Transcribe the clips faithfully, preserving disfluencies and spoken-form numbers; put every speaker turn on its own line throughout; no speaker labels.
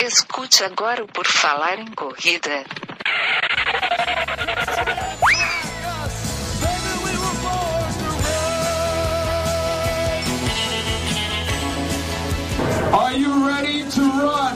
Escute agora o Por Falar em Corrida.
Are you ready to run?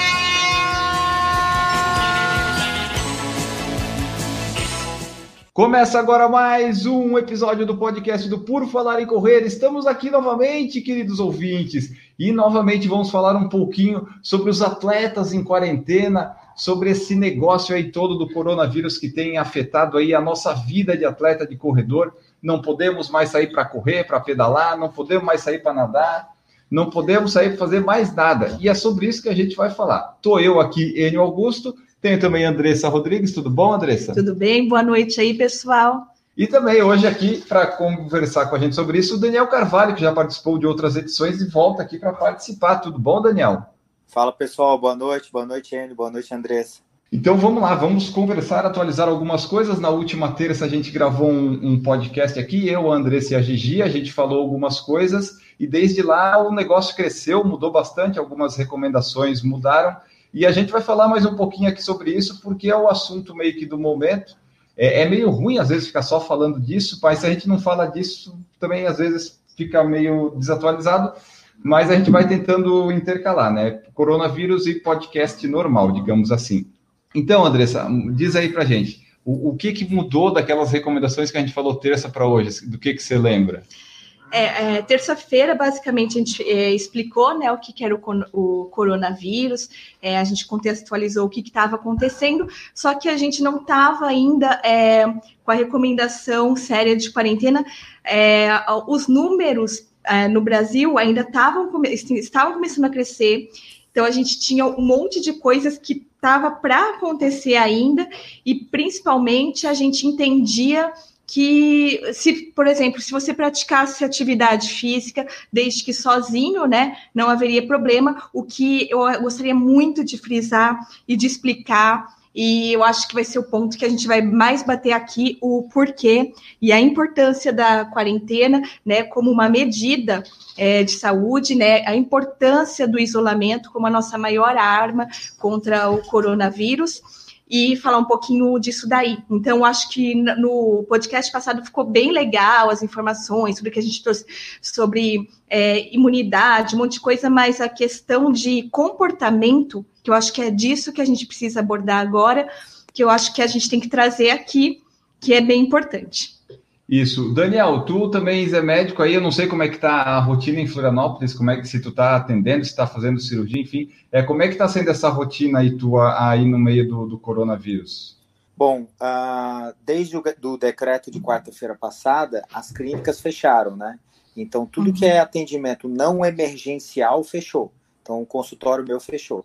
Começa agora mais um episódio do podcast do Por Falar em Correr. Estamos aqui novamente, queridos ouvintes, e novamente vamos falar um pouquinho sobre os atletas em quarentena, sobre esse negócio aí todo do coronavírus que tem afetado aí a nossa vida de atleta, de corredor. Não podemos mais sair para correr, para pedalar, não podemos mais sair para nadar, não podemos sair para fazer mais nada. E é sobre isso que a gente vai falar. Estou eu aqui, Enio Augusto. Tenho também a Andressa Rodrigues. Tudo bom, Andressa?
Tudo bem, boa noite aí, pessoal.
E também hoje aqui, para conversar com a gente sobre isso, o Daniel Carvalho, que já participou de outras edições e volta aqui para participar. Tudo bom, Daniel?
Fala, pessoal. Boa noite. Boa noite, Enio. Boa noite, Andressa.
Então vamos lá, vamos conversar, atualizar algumas coisas. Na última terça a gente gravou um, um podcast aqui, eu, a Andressa e a Gigi, a gente falou algumas coisas e desde lá o negócio cresceu, mudou bastante, algumas recomendações mudaram. E a gente vai falar mais um pouquinho aqui sobre isso, porque é o assunto meio que do momento. É, é meio ruim, às vezes, ficar só falando disso, mas se a gente não fala disso, também, às vezes, fica meio desatualizado. Mas a gente vai tentando intercalar, né? Coronavírus e podcast normal, digamos assim. Então, Andressa, diz aí pra gente, o, o que, que mudou daquelas recomendações que a gente falou terça para hoje? Do que, que você lembra?
É, é, terça-feira, basicamente, a gente é, explicou, né, o que, que era o, o coronavírus, é, a gente contextualizou o que estava acontecendo, só que a gente não estava ainda é, com a recomendação séria de quarentena. É, os números é, no Brasil ainda tavam, estavam começando a crescer, então a gente tinha um monte de coisas que estava para acontecer ainda, e principalmente a gente entendia que, se, por exemplo, se você praticasse atividade física, desde que sozinho, né, não haveria problema. O que eu gostaria muito de frisar e de explicar, e eu acho que vai ser o ponto que a gente vai mais bater aqui, o porquê e a importância da quarentena, né, como uma medida é, de saúde, né, a importância do isolamento como a nossa maior arma contra o coronavírus, e falar um pouquinho disso daí. Então, acho que no podcast passado ficou bem legal as informações sobre o que a gente trouxe sobre é, imunidade, um monte de coisa, mas a questão de comportamento, que eu acho que é disso que a gente precisa abordar agora, que eu acho que a gente tem que trazer aqui, que é bem importante.
Isso. Daniel, tu também é médico aí, eu não sei como é que está a rotina em Florianópolis, como é que se tu está atendendo, se está fazendo cirurgia, enfim, é, como é que está sendo essa rotina aí tua aí no meio do, do coronavírus?
Bom, uh, desde o do decreto de quarta-feira passada, as clínicas fecharam, né? Então, tudo uhum. que é atendimento não emergencial fechou. Então, o consultório meu fechou.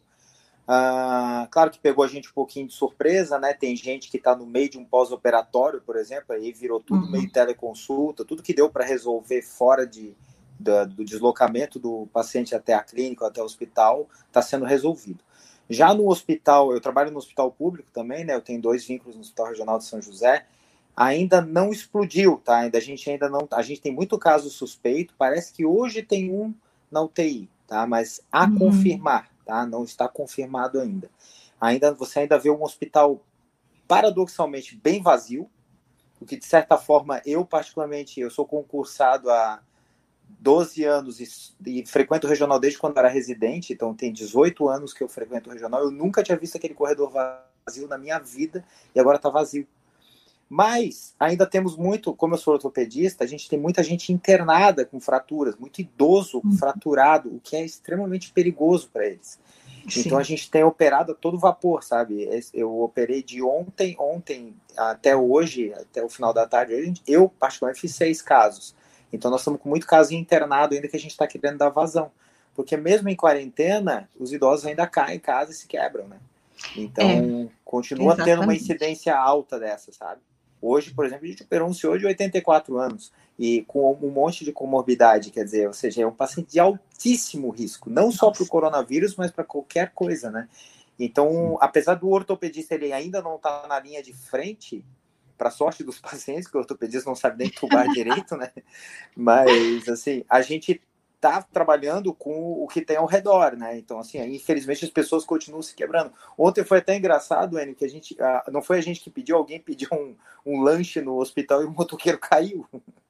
Uh, claro que pegou a gente um pouquinho de surpresa, né? Tem gente que está no meio de um pós-operatório, por exemplo, aí virou tudo uhum. meio teleconsulta, tudo que deu para resolver fora de, da, do deslocamento do paciente até a clínica, até o hospital, está sendo resolvido. Já no hospital, eu trabalho no hospital público também, né? Eu tenho dois vínculos no Hospital Regional de São José, ainda não explodiu, tá? Ainda, a gente ainda não, a gente tem muito caso suspeito, parece que hoje tem um na U T I, tá? Mas a uhum. confirmar. Tá? Não está confirmado ainda. ainda. Você ainda vê um hospital paradoxalmente bem vazio, o que de certa forma eu particularmente, eu sou concursado há doze anos e, e frequento o regional desde quando era residente, então tem dezoito anos que eu frequento o regional, eu nunca tinha visto aquele corredor vazio na minha vida e agora está vazio. Mas ainda temos muito, como eu sou ortopedista, a gente tem muita gente internada com fraturas, muito idoso uhum. fraturado, o que é extremamente perigoso para eles. Sim. Então a gente tem operado a todo vapor, sabe? Eu operei de ontem, ontem até hoje, até o final da tarde, eu particularmente fiz seis casos. Então nós estamos com muito caso internado ainda que a gente está querendo dar vazão. Porque mesmo em quarentena, os idosos ainda caem em casa e se quebram, né? Então é, continua exatamente. Tendo uma incidência alta dessa, sabe? Hoje, por exemplo, a gente operou um senhor de oitenta e quatro anos e com um monte de comorbidade, quer dizer, ou seja, é um paciente de altíssimo risco, não só para o coronavírus, mas para qualquer coisa, né? Então, apesar do ortopedista ele ainda não estar tá na linha de frente, para sorte dos pacientes, que o ortopedista não sabe nem tubar direito, né? Mas, assim, a gente tá trabalhando com o que tem ao redor, né? Então, assim, infelizmente as pessoas continuam se quebrando. Ontem foi até engraçado, Enio, que a gente, a, não foi a gente que pediu, alguém pediu um, um lanche no hospital e o motoqueiro caiu.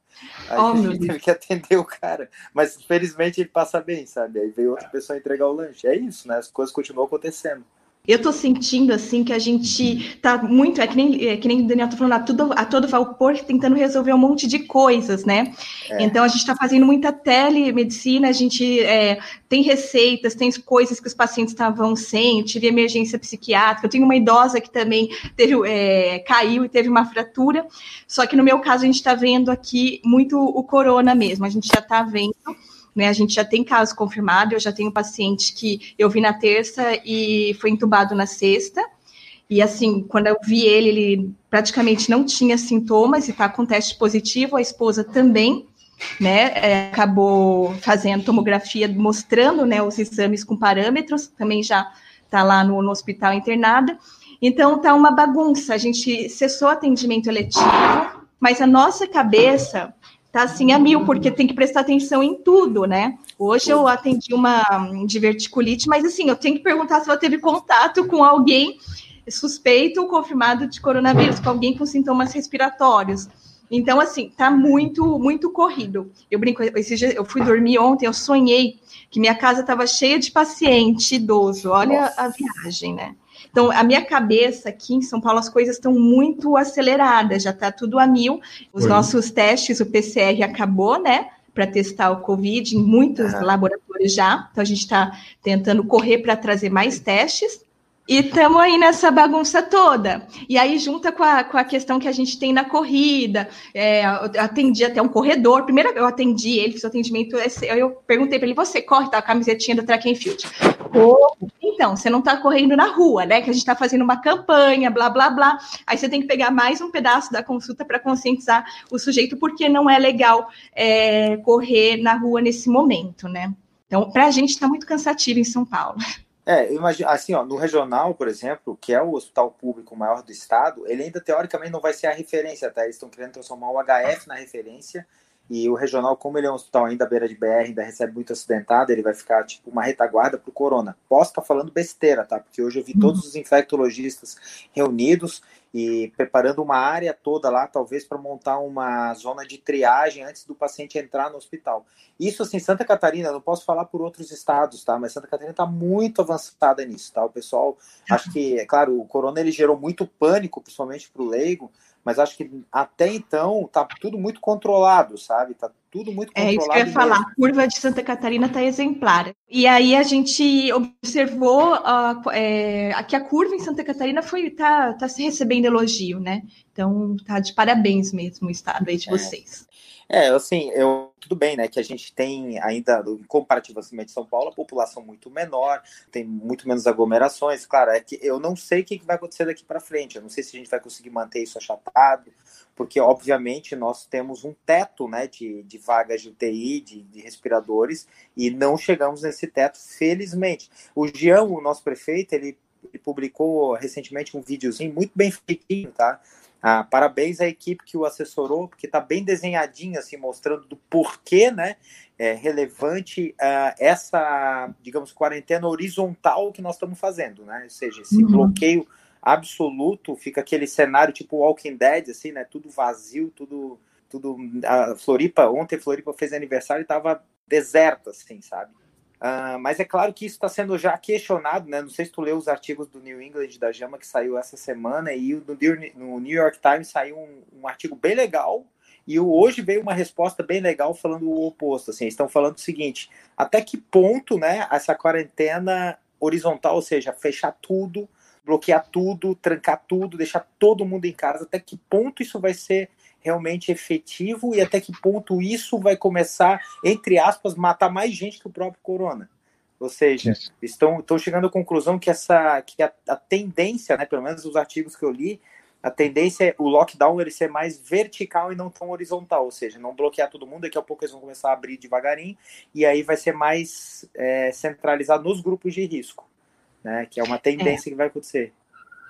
Aí
Oh,
a
meu
gente
Deus.
teve que atender o cara. Mas, felizmente, ele passa bem, sabe? Aí veio outra pessoa entregar o lanche. É isso, né? As coisas continuam acontecendo.
Eu tô sentindo, assim, que a gente tá muito, é que nem, é que nem o Daniel tá falando, a, tudo, a todo vapor, tentando resolver um monte de coisas, né?
É.
Então, a gente tá fazendo muita telemedicina, a gente é, tem receitas, tem coisas que os pacientes estavam sem, eu tive emergência psiquiátrica, eu tenho uma idosa que também teve, é, caiu e teve uma fratura, só que no meu caso, a gente tá vendo aqui muito o corona mesmo, a gente já tá vendo. Né, a gente já tem caso confirmado, eu já tenho paciente que eu vi na terça e foi entubado na sexta, e assim, quando eu vi ele, ele praticamente não tinha sintomas e está com teste positivo, a esposa também, né, é, acabou fazendo tomografia, mostrando, né, os exames com parâmetros, também já está lá no, no hospital internada, então tá uma bagunça, a gente cessou atendimento eletivo, mas a nossa cabeça tá assim a mil, porque tem que prestar atenção em tudo, né? Hoje eu atendi uma diverticulite, mas assim, eu tenho que perguntar se ela teve contato com alguém suspeito ou confirmado de coronavírus, com alguém com sintomas respiratórios. Então, assim, tá muito, muito corrido. Eu brinco, esse dia, eu fui dormir ontem, eu sonhei que minha casa estava cheia de paciente idoso. Olha Nossa. A viagem, né? Então, a minha cabeça aqui em São Paulo, as coisas estão muito aceleradas, já está tudo a mil. Os Oi. Nossos testes, o P C R acabou, né? Para testar o Covid em muitos uhum. laboratórios já. Então, a gente está tentando correr para trazer mais testes. E estamos aí nessa bagunça toda. E aí, junta com a, com a questão que a gente tem na corrida, é, eu atendi até um corredor. Primeiro, eu atendi ele, fiz o atendimento. Eu perguntei para ele: você corre? Tá, a camisetinha do Track and Field. Corro. Então, você não está correndo na rua, né? Que a gente está fazendo uma campanha, blá, blá, blá. Aí você tem que pegar mais um pedaço da consulta para conscientizar o sujeito, porque não é legal é, correr na rua nesse momento, né? Então, para a gente está muito cansativo em São Paulo.
É, eu imagino, assim, ó, no regional, por exemplo, que é o hospital público maior do estado, ele ainda teoricamente não vai ser a referência, tá? Eles estão querendo transformar o H F na referência, e o regional, como ele é um hospital ainda à beira de B R, ainda recebe muito acidentado, ele vai ficar tipo uma retaguarda pro corona. Posso estar falando besteira, tá? Porque hoje eu vi todos os infectologistas reunidos e preparando uma área toda lá, talvez para montar uma zona de triagem antes do paciente entrar no hospital. Isso, assim, Santa Catarina, não posso falar por outros estados, tá? Mas Santa Catarina está muito avançada nisso, tá? O pessoal, acho que, é claro, o corona ele gerou muito pânico, principalmente para o leigo, mas acho que até então tá tudo muito controlado, sabe? Tá tudo muito controlado.
É isso que eu ia falar,
mesmo.
A curva de Santa Catarina tá exemplar. E aí a gente observou uh, é, que a curva em Santa Catarina foi, tá, tá se recebendo elogio, né? Então tá de parabéns mesmo o estado aí de vocês.
É, assim, eu, tudo bem, né, que a gente tem ainda, comparativamente São Paulo, a população muito menor, tem muito menos aglomerações, claro, é que eu não sei o que vai acontecer daqui para frente, eu não sei se a gente vai conseguir manter isso achatado, porque, obviamente, nós temos um teto, né, de, de vagas de U T I, de, de respiradores, e não chegamos nesse teto, felizmente. O Jean, o nosso prefeito, ele, ele publicou recentemente um videozinho muito bem feitinho, tá? Ah, parabéns à equipe que o assessorou, porque está bem desenhadinho, assim, mostrando do porquê, né, é relevante uh, essa, digamos, quarentena horizontal que nós estamos fazendo, né, ou seja, esse uhum. bloqueio absoluto, fica aquele cenário tipo Walking Dead, assim, né, tudo vazio, tudo, tudo, a Floripa, ontem a Floripa fez aniversário e estava deserta, assim, sabe. Uh, mas é claro que isso está sendo já questionado, né? Não sei se tu leu os artigos do New England da JAMA que saiu essa semana, e no New York Times saiu um, um artigo bem legal, e hoje veio uma resposta bem legal falando o oposto. Assim, estão falando o seguinte: até que ponto, né, essa quarentena horizontal, ou seja, fechar tudo, bloquear tudo, trancar tudo, deixar todo mundo em casa, até que ponto isso vai ser realmente efetivo e até que ponto isso vai começar, entre aspas, matar mais gente que o próprio corona. Ou seja, estão, estão chegando à conclusão que, essa, que a, a tendência, né, pelo menos os artigos que eu li, a tendência é o lockdown ele ser mais vertical e não tão horizontal, ou seja, não bloquear todo mundo, daqui a pouco eles vão começar a abrir devagarinho, e aí vai ser mais é, centralizado nos grupos de risco, né, que é uma tendência é. que vai acontecer.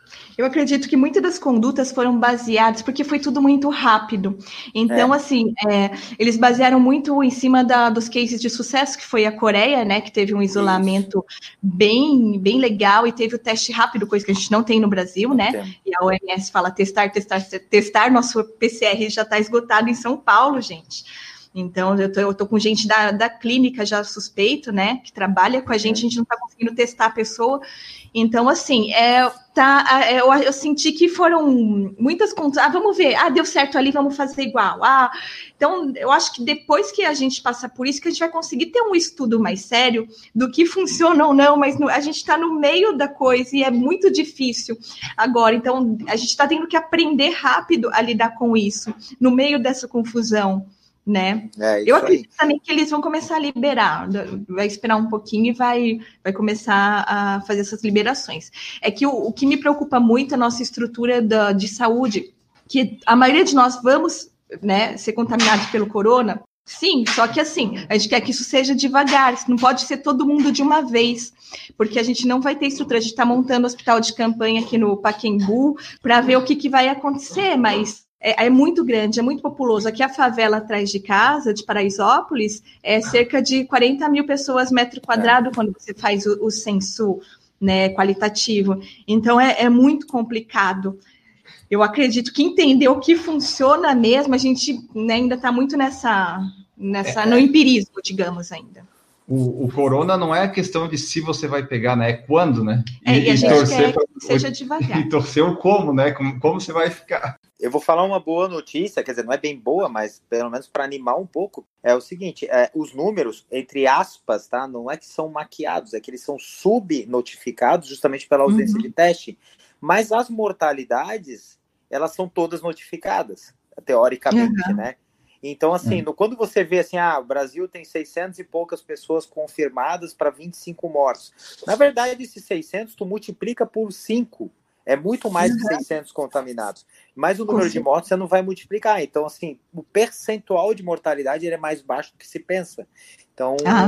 Eu acredito que muitas das condutas foram baseadas, porque foi tudo muito rápido. Então, é. assim, é, eles basearam muito em cima da, dos cases de sucesso, que foi a Coreia, né, que teve um isolamento bem, bem legal e teve o teste rápido, coisa que a gente não tem no Brasil, não né? Tem. E a O M S fala testar, testar, testar. Nosso P C R já está esgotado em São Paulo, gente. Então, eu tô, eu tô com gente da, da clínica já suspeito, né, que trabalha com a gente, a gente não está conseguindo testar a pessoa. Então, assim, é, tá, é, eu, eu senti que foram muitas contas. Ah, vamos ver, ah, deu certo ali, vamos fazer igual. Ah, então, eu acho que depois que a gente passa por isso, que a gente vai conseguir ter um estudo mais sério do que funciona ou não, mas no, a gente está no meio da coisa e é muito difícil agora. Então, a gente está tendo que aprender rápido a lidar com isso, no meio dessa confusão. Né? É, eu acredito aí. Também que eles vão começar a liberar, vai esperar um pouquinho e vai, vai começar a fazer essas liberações. É que o, o que me preocupa muito é a nossa estrutura da, de saúde, que a maioria de nós vamos, né, ser contaminados pelo corona, sim, só que assim, a gente quer que isso seja devagar, não pode ser todo mundo de uma vez, porque a gente não vai ter estrutura, a gente está montando hospital de campanha aqui no Pacaembu para ver o que, que vai acontecer, mas É, é muito grande, é muito populoso. Aqui a favela atrás de casa, de Paraisópolis, é cerca de quarenta mil pessoas metro quadrado é. quando você faz o, o censo, né, qualitativo. Então, é, é muito complicado. Eu acredito que entender o que funciona mesmo, a gente, né, ainda está muito nessa, nessa é. no empirismo, digamos, ainda.
O, o corona não é questão de se você vai pegar, né? É quando, né?
E, é, e a gente torcer quer pra, que seja devagar.
E torcer o como, né? Como, como você vai ficar.
Eu vou falar uma boa notícia, quer dizer, não é bem boa, mas pelo menos para animar um pouco, é o seguinte, é, os números, entre aspas, tá? Não é que são maquiados, é que eles são subnotificados justamente pela ausência uhum. de teste, mas as mortalidades, elas são todas notificadas, teoricamente, uhum. né? Então, assim, no, quando você vê assim, ah, o Brasil tem seiscentas e poucas pessoas confirmadas para vinte e cinco mortos. Na verdade, esses seiscentos, tu multiplica por cinco. É muito mais uhum. que seiscentos contaminados. Mas o número de mortos você não vai multiplicar. Então, assim, o percentual de mortalidade ele é mais baixo do que se pensa. Então, ah,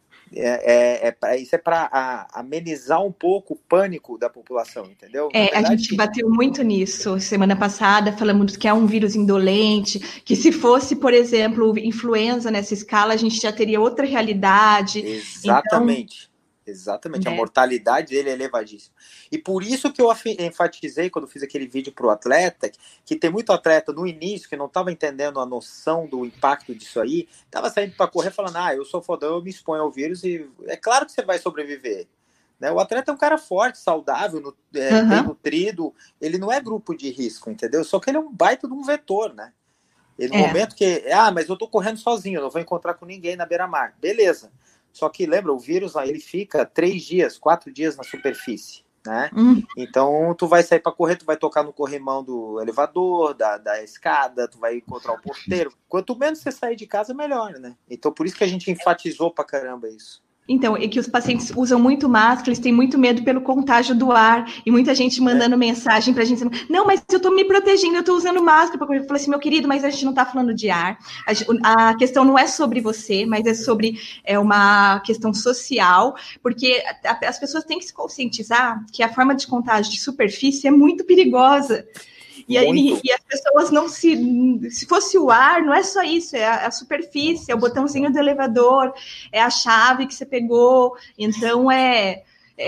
é, é, é, isso é para amenizar um pouco o pânico da população, entendeu?
É, verdade, a gente bateu muito nisso semana passada, falamos que é um vírus indolente, que se fosse, por exemplo, influenza nessa escala, a gente já teria outra realidade.
Exatamente. Então, Exatamente, é. A mortalidade dele é elevadíssima. E por isso que eu enfatizei quando fiz aquele vídeo para o atleta, que tem muito atleta no início que não estava entendendo a noção do impacto disso aí, estava saindo para correr falando, ah, eu sou fodão, eu me exponho ao vírus e é claro que você vai sobreviver. Né? O atleta é um cara forte, saudável, no, é, uhum. bem nutrido, ele não é grupo de risco, entendeu? Só que ele é um baita de um vetor, né? E no é. momento que, ah, mas eu tô correndo sozinho, eu não vou encontrar com ninguém na beira-mar. Beleza. Só que, lembra, o vírus, ele fica três dias, quatro dias na superfície, né? Hum. Então, tu vai sair para correr, tu vai tocar no corrimão do elevador, da, da escada, tu vai encontrar o porteiro. Quanto menos você sair de casa, melhor, né? Então, por isso que a gente enfatizou pra caramba isso.
Então, é que os pacientes usam muito máscara, eles têm muito medo pelo contágio do ar, e muita gente mandando é. mensagem pra gente, não, mas eu tô me protegendo, eu tô usando máscara. Eu falei assim, meu querido, mas a gente não tá falando de ar, a, a questão não é sobre você, mas é sobre é uma questão social, porque a, as pessoas têm que se conscientizar que a forma de contágio de superfície é muito perigosa. E, aí, e as pessoas não se... Se fosse o ar, não é só isso, é a, a superfície, é o botãozinho do elevador, é a chave que você pegou, então é,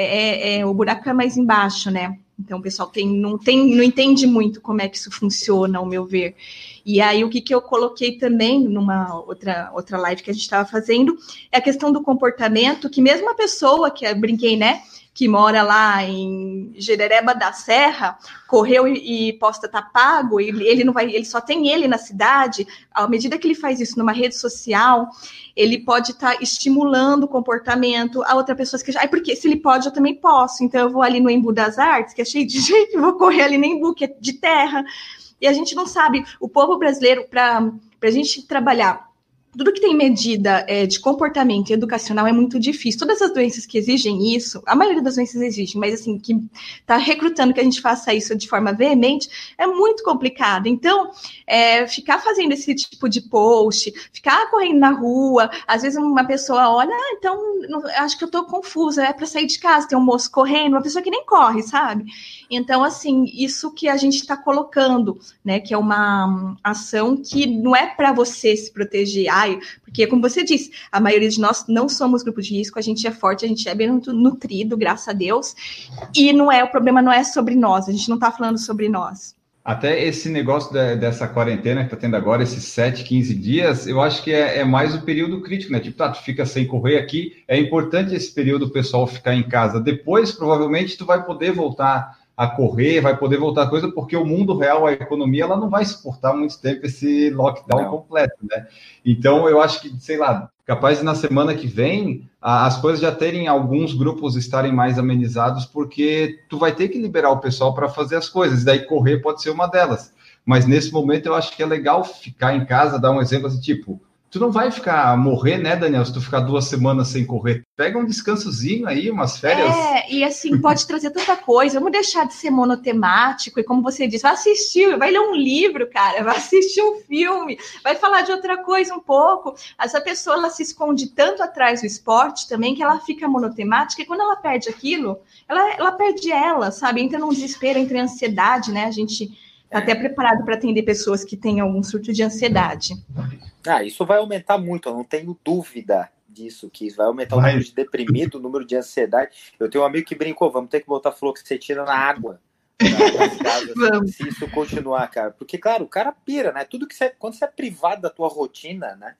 é, é o buraco é mais embaixo, né? Então o pessoal tem, não, tem, não entende muito como é que isso funciona, ao meu ver. E aí o que, que eu coloquei também numa outra, outra live que a gente estava fazendo é a questão do comportamento, que mesmo a pessoa, que eu brinquei, né? Que mora lá em Jerereba da Serra, correu e, e posta tá pago, ele, ele não vai, ele só tem ele na cidade. À medida que ele faz isso numa rede social, ele pode estar tá estimulando o comportamento a outra pessoa que já, ah, porque se ele pode, eu também posso. Então eu vou ali no Embu das Artes, que é cheio de gente, vou correr ali no Embu, que é de terra. E a gente não sabe, o povo brasileiro, para a gente trabalhar tudo que tem medida é, de comportamento educacional é muito difícil. Todas as doenças que exigem isso, a maioria das doenças exigem, mas assim, que está recrutando que a gente faça isso de forma veemente, é muito complicado. Então, é, ficar fazendo esse tipo de post, ficar correndo na rua, às vezes uma pessoa olha, ah, então, não, acho que eu estou confusa, é para sair de casa, tem um moço correndo, uma pessoa que nem corre, sabe? Então, assim, isso que a gente está colocando, né, que é uma ação que não é para você se proteger, ai, porque, como você disse, a maioria de nós não somos grupo de risco, a gente é forte, a gente é bem nutrido, graças a Deus, e não é, o problema não é sobre nós, a gente não está falando sobre nós.
Até esse negócio de, dessa quarentena que tá tendo agora, esses sete, quinze dias, eu acho que é, é mais o período crítico, né? Tipo, tá, tu fica sem correr aqui, é importante esse período o pessoal ficar em casa. Depois, provavelmente, tu vai poder voltar a correr, vai poder voltar a coisa, porque o mundo real, a economia, ela não vai suportar muito tempo esse lockdown não. completo, né? Então, eu acho que, sei lá, capaz de na semana que vem as coisas já terem alguns grupos estarem mais amenizados, porque tu vai ter que liberar o pessoal para fazer as coisas, e daí correr pode ser uma delas. Mas nesse momento eu acho que é legal ficar em casa, dar um exemplo assim, tipo, tu não vai ficar morrer, né, Daniel, se tu ficar duas semanas sem correr. Pega um descansozinho aí, umas férias.
É, e assim, pode trazer tanta coisa. Vamos deixar de ser monotemático. E como você disse, vai assistir, vai ler um livro, cara, vai assistir um filme, vai falar de outra coisa um pouco. Essa pessoa, ela se esconde tanto atrás do esporte também, que ela fica monotemática. E quando ela perde aquilo, ela, ela perde ela, sabe? Entra num desespero, entra em ansiedade, né? A gente tá até preparado para atender pessoas que têm algum surto de ansiedade.
Ah, isso vai aumentar muito, eu não tenho dúvida disso, que isso vai aumentar vai. o número de deprimido, o número de ansiedade. Eu tenho um amigo que brincou, vamos ter que botar fluoxetina na água, nas casas, se isso continuar, cara. Porque, claro, o cara pira, né? Tudo que você, quando você é privado da tua rotina, né?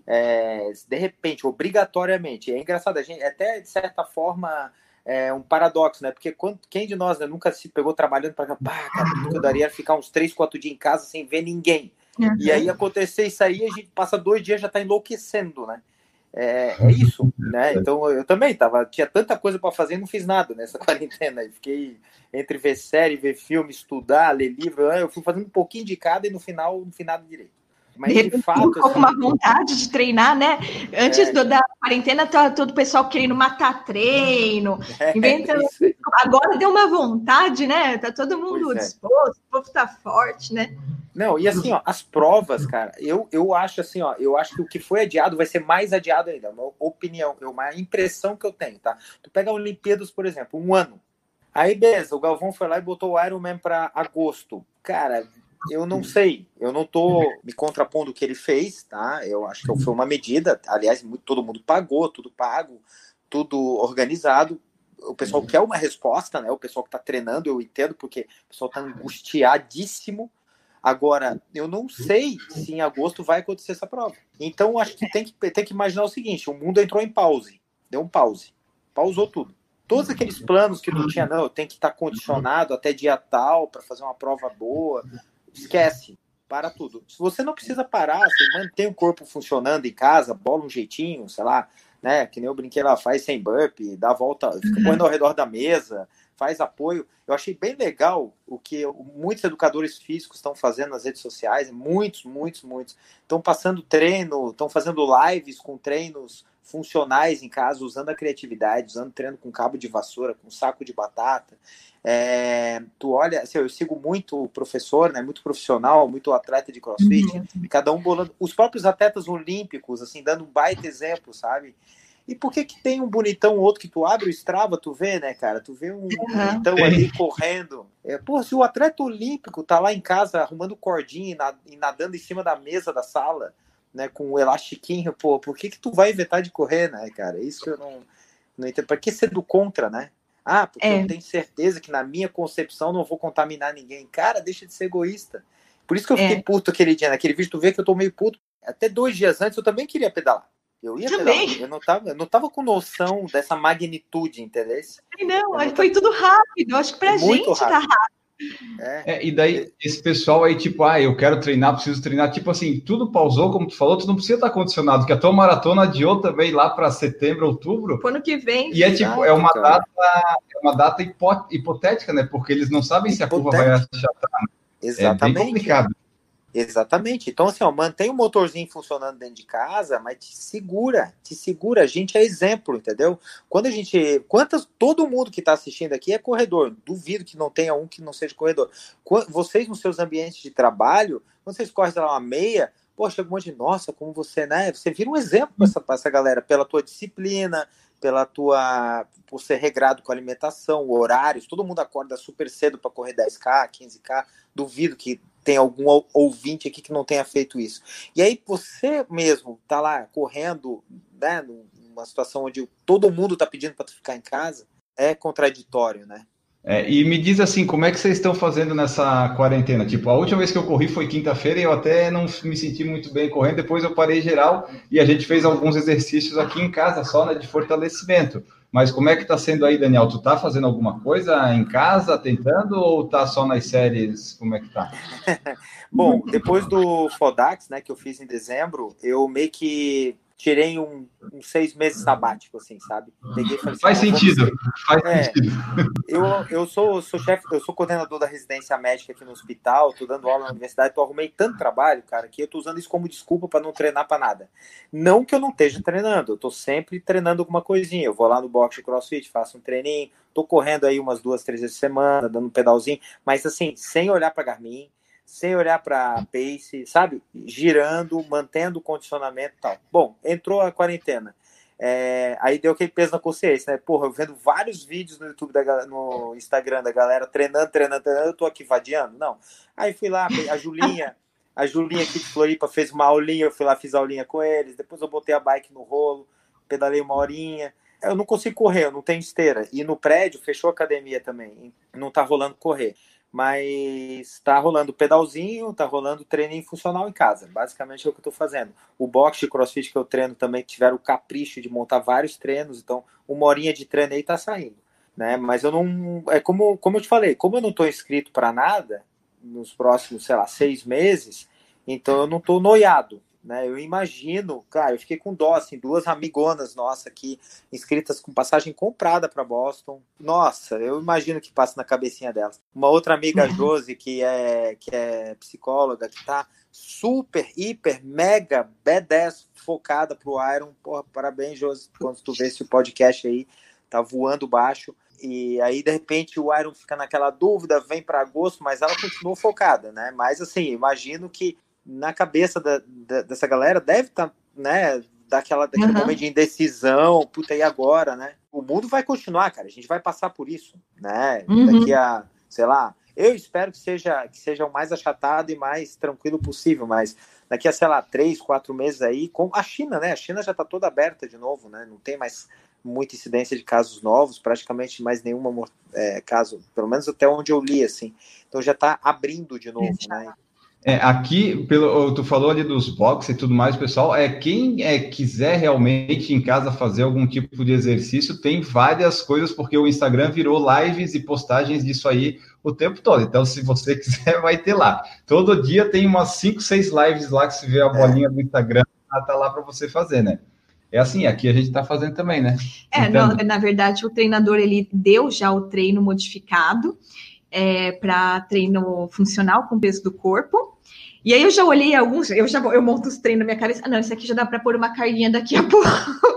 É, de repente, obrigatoriamente, é engraçado, a gente, até de certa forma, é um paradoxo, né? Porque quando, quem de nós, né, nunca se pegou trabalhando para cá, pá, cara, tudo que eu daria era ficar uns três, quatro dias em casa sem ver ninguém. Uhum. E aí acontecer isso aí, a gente passa dois dias já tá enlouquecendo, né? É, é isso, né? Então eu também tava, tinha tanta coisa para fazer e não fiz nada nessa quarentena. Eu fiquei entre ver série, ver filme, estudar, ler livro. Eu fui fazendo um pouquinho de cada e no final não fiz nada direito. Mas de, de fato.
Com assim, uma vontade de treinar, né? Antes é, da quarentena, tá todo o pessoal querendo matar treino, é, inventando. É agora deu uma vontade, né? Tá todo mundo disposto, o povo tá forte, né?
Não, e assim, ó, as provas, cara, eu, eu acho assim, ó, eu acho que o que foi adiado vai ser mais adiado ainda, uma opinião, uma impressão que eu tenho, tá? Tu pega a Olimpíadas, por exemplo, um ano. Aí, beleza, o Galvão foi lá e botou o Ironman para agosto. Cara, eu não sei, eu não tô me contrapondo o que ele fez, tá? Eu acho que foi uma medida, aliás, muito, todo mundo pagou, tudo pago, tudo organizado. O pessoal quer uma resposta, né? O pessoal que tá treinando, eu entendo, porque o pessoal tá angustiadíssimo. Agora, eu não sei se em agosto vai acontecer essa prova. Então, acho que tem que, tem que imaginar o seguinte, o mundo entrou em pause, deu um pause, pausou tudo. Todos aqueles planos que não tinha, não, eu tenho que estar condicionado até dia tal para fazer uma prova boa, esquece, para tudo. Se você não precisa parar, você mantém o corpo funcionando em casa, bola um jeitinho, sei lá, né, que nem eu brinquei lá, faz sem burpee, dá a volta, fica correndo ao redor da mesa, faz apoio. Eu achei bem legal o que muitos educadores físicos estão fazendo nas redes sociais, muitos, muitos, muitos. Estão passando treino, estão fazendo lives com treinos funcionais em casa, usando a criatividade, usando treino com cabo de vassoura, com saco de batata. É, tu olha, assim, eu sigo muito professor, né, muito profissional, muito atleta de crossfit, uhum. Cada um bolando, os próprios atletas olímpicos, assim, dando um baita exemplo, sabe? E por que que tem um bonitão, outro que tu abre o Strava, tu vê, né, cara? Tu vê um uhum. bonitão ali correndo. É, pô, se o atleta olímpico tá lá em casa arrumando cordinha e nadando em cima da mesa da sala, né, com o elastiquinho, pô, por que que tu vai inventar de correr, né, cara? Isso que eu não, não entendo. Pra que ser do contra, né? Ah, porque é. eu tenho certeza que na minha concepção não vou contaminar ninguém. Cara, deixa de ser egoísta. Por isso que eu fiquei é. puto aquele dia, naquele vídeo, tu vê que eu tô meio puto. Até dois dias antes eu também queria pedalar. Eu ia
também.
pedalar. Eu não tava, eu não tava com noção dessa magnitude, entendeu?
Não, não foi tava... tudo rápido. Eu acho que pra é gente rápido. tá rápido.
É. É, e daí, esse pessoal aí, tipo, ah, eu quero treinar, preciso treinar, tipo assim, tudo pausou, como tu falou, tu não precisa estar condicionado, que a tua maratona adiou também lá para setembro, outubro.
Ano que vem.
E é tipo, é uma data, é uma data hipo, hipotética, né? Porque eles não sabem se a curva vai achatar.
Exatamente.
É bem complicado.
Exatamente. Então, assim, ó, mantém o motorzinho funcionando dentro de casa, mas te segura, te segura. A gente é exemplo, entendeu? Quando a gente... Quantas... Todo mundo que está assistindo aqui é corredor. Duvido que não tenha um que não seja corredor. Vocês, nos seus ambientes de trabalho, quando vocês correm, sei lá, uma meia, pô, chega um monte de... Nossa, como você, né? Você vira um exemplo para essa, pra essa galera, pela tua disciplina, pela tua... por ser regrado com a alimentação, horários. Todo mundo acorda super cedo para correr dez K, quinze K. Duvido que tem algum ouvinte aqui que não tenha feito isso. E aí você mesmo tá lá correndo, né, numa situação onde todo mundo tá pedindo para tu ficar em casa, é contraditório, né?
É, e me diz assim, como é que vocês estão fazendo nessa quarentena? Tipo, a última vez que eu corri foi quinta-feira e eu até não me senti muito bem correndo, depois eu parei geral e a gente fez alguns exercícios aqui em casa só, né, de fortalecimento. Mas como é que tá sendo aí, Daniel? Tu tá fazendo alguma coisa em casa, tentando, ou tá só nas séries? Como é que tá?
Bom, depois do Fodax, né, que eu fiz em dezembro, eu meio que tirei um, um seis meses sabático, assim, sabe? Peguei e falei assim,
faz sentido,
você...
faz
é,
sentido.
Eu, eu sou, sou chefe, eu sou coordenador da residência médica aqui no hospital, tô dando aula na universidade, tô arrumei tanto trabalho, cara, que eu tô usando isso como desculpa para não treinar para nada. Não que eu não esteja treinando, eu tô sempre treinando alguma coisinha. Eu vou lá no box de CrossFit, faço um treininho, tô correndo aí umas duas, três vezes por semana, dando um pedalzinho, mas assim, sem olhar para Garmin, sem olhar para Pace, sabe? Girando, mantendo o condicionamento e tal. Bom, entrou a quarentena. É, aí deu aquele peso na consciência, né? Porra, eu vendo vários vídeos no YouTube, da, no Instagram da galera treinando, treinando, treinando, eu tô aqui vadiando? Não. Aí fui lá, a Julinha, a Julinha aqui de Floripa fez uma aulinha, eu fui lá, fiz aulinha com eles, depois eu botei a bike no rolo, pedalei uma horinha. Eu não consigo correr, eu não tenho esteira. E no prédio, fechou a academia também, não tá rolando correr. Mas tá rolando pedalzinho, tá rolando treininho funcional em casa. Basicamente é o que eu tô fazendo. O box de CrossFit que eu treino também tiveram o capricho de montar vários treinos, então uma horinha de treino aí tá saindo, né? Mas eu não... É como, como eu te falei, como eu não tô inscrito para nada nos próximos, sei lá, seis meses, então eu não tô noiado, né? Eu imagino, cara, eu fiquei com dó, assim, duas amigonas nossas aqui, inscritas com passagem comprada para Boston. Nossa, eu imagino que passa na cabecinha delas. Uma outra amiga, uhum. Josi, que é, que é psicóloga, que tá super, hiper, mega, B dez focada pro Iron. Porra, parabéns, Josi, quando tu vê esse podcast aí, tá voando baixo. E aí, de repente, o Iron fica naquela dúvida, vem para agosto, mas ela continua focada, né? Mas, assim, imagino que na cabeça da, da, dessa galera deve estar, tá, né, daquela, daquele uhum. momento de indecisão, puta, e agora, né? O mundo vai continuar, cara, a gente vai passar por isso, né? Uhum. Daqui a, sei lá, eu espero que seja, que seja o mais achatado e mais tranquilo possível, mas daqui a, sei lá, três, quatro meses aí, com a China, né? A China já tá toda aberta de novo, né? Não tem mais muita incidência de casos novos, praticamente mais nenhuma é, caso, pelo menos até onde eu li, assim. Então já tá abrindo de novo, né?
É, aqui, pelo, tu falou ali dos boxes e tudo mais, pessoal, é, quem é, quiser realmente em casa fazer algum tipo de exercício, tem várias coisas, porque o Instagram virou lives e postagens disso aí o tempo todo. Então, se você quiser, vai ter lá. Todo dia tem umas cinco, seis lives lá que se vê a bolinha é. do Instagram, tá lá para você fazer, né? É assim, aqui a gente está fazendo também, né?
É, então, na verdade, o treinador, ele deu já o treino modificado, É, para treino funcional com peso do corpo. E aí eu já olhei alguns, eu já eu monto os treinos na minha cabeça. Ah, não, isso aqui já dá para pôr uma carguinha daqui a pouco.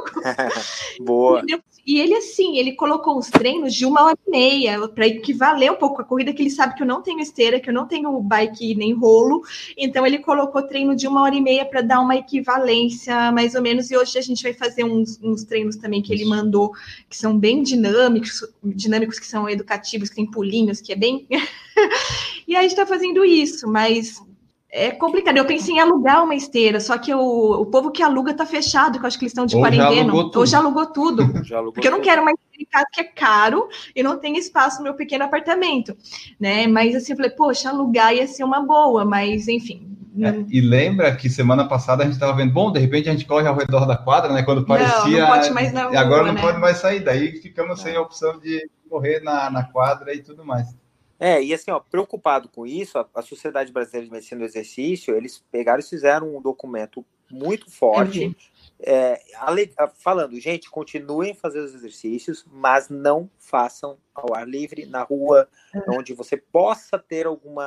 Boa.
E ele, assim, ele colocou uns treinos de uma hora e meia para equivaler um pouco a corrida, que ele sabe que eu não tenho esteira, que eu não tenho bike nem rolo. Então ele colocou treino de uma hora e meia para dar uma equivalência, mais ou menos. E hoje a gente vai fazer uns, uns treinos também que ele mandou, que são bem dinâmicos, dinâmicos que são educativos, que tem pulinhos, que é bem... E aí a gente está fazendo isso, mas... É complicado. Eu pensei em alugar uma esteira, só que o, o povo que aluga tá fechado, que eu acho que eles estão de ou quarentena. Já ou já alugou tudo. Já alugou porque eu não tudo. Quero uma esteira em casa que é caro e não tem espaço no meu pequeno apartamento, né? Mas assim, eu falei, poxa, alugar ia ser uma boa, mas enfim.
É, e lembra que semana passada a gente estava vendo, bom, de repente a gente corre ao redor da quadra, né? Quando parecia.
Não, não pode mais na rua,
e agora não
né?
pode mais sair, daí ficamos é. sem a opção de correr na, na quadra e tudo mais.
É, e assim, ó, preocupado com isso, a, a Sociedade Brasileira de Medicina do Exercício, eles pegaram e fizeram um documento muito forte, é, ale, falando, gente, continuem fazendo os exercícios, mas não façam ao ar livre, na rua, é. onde você possa ter alguma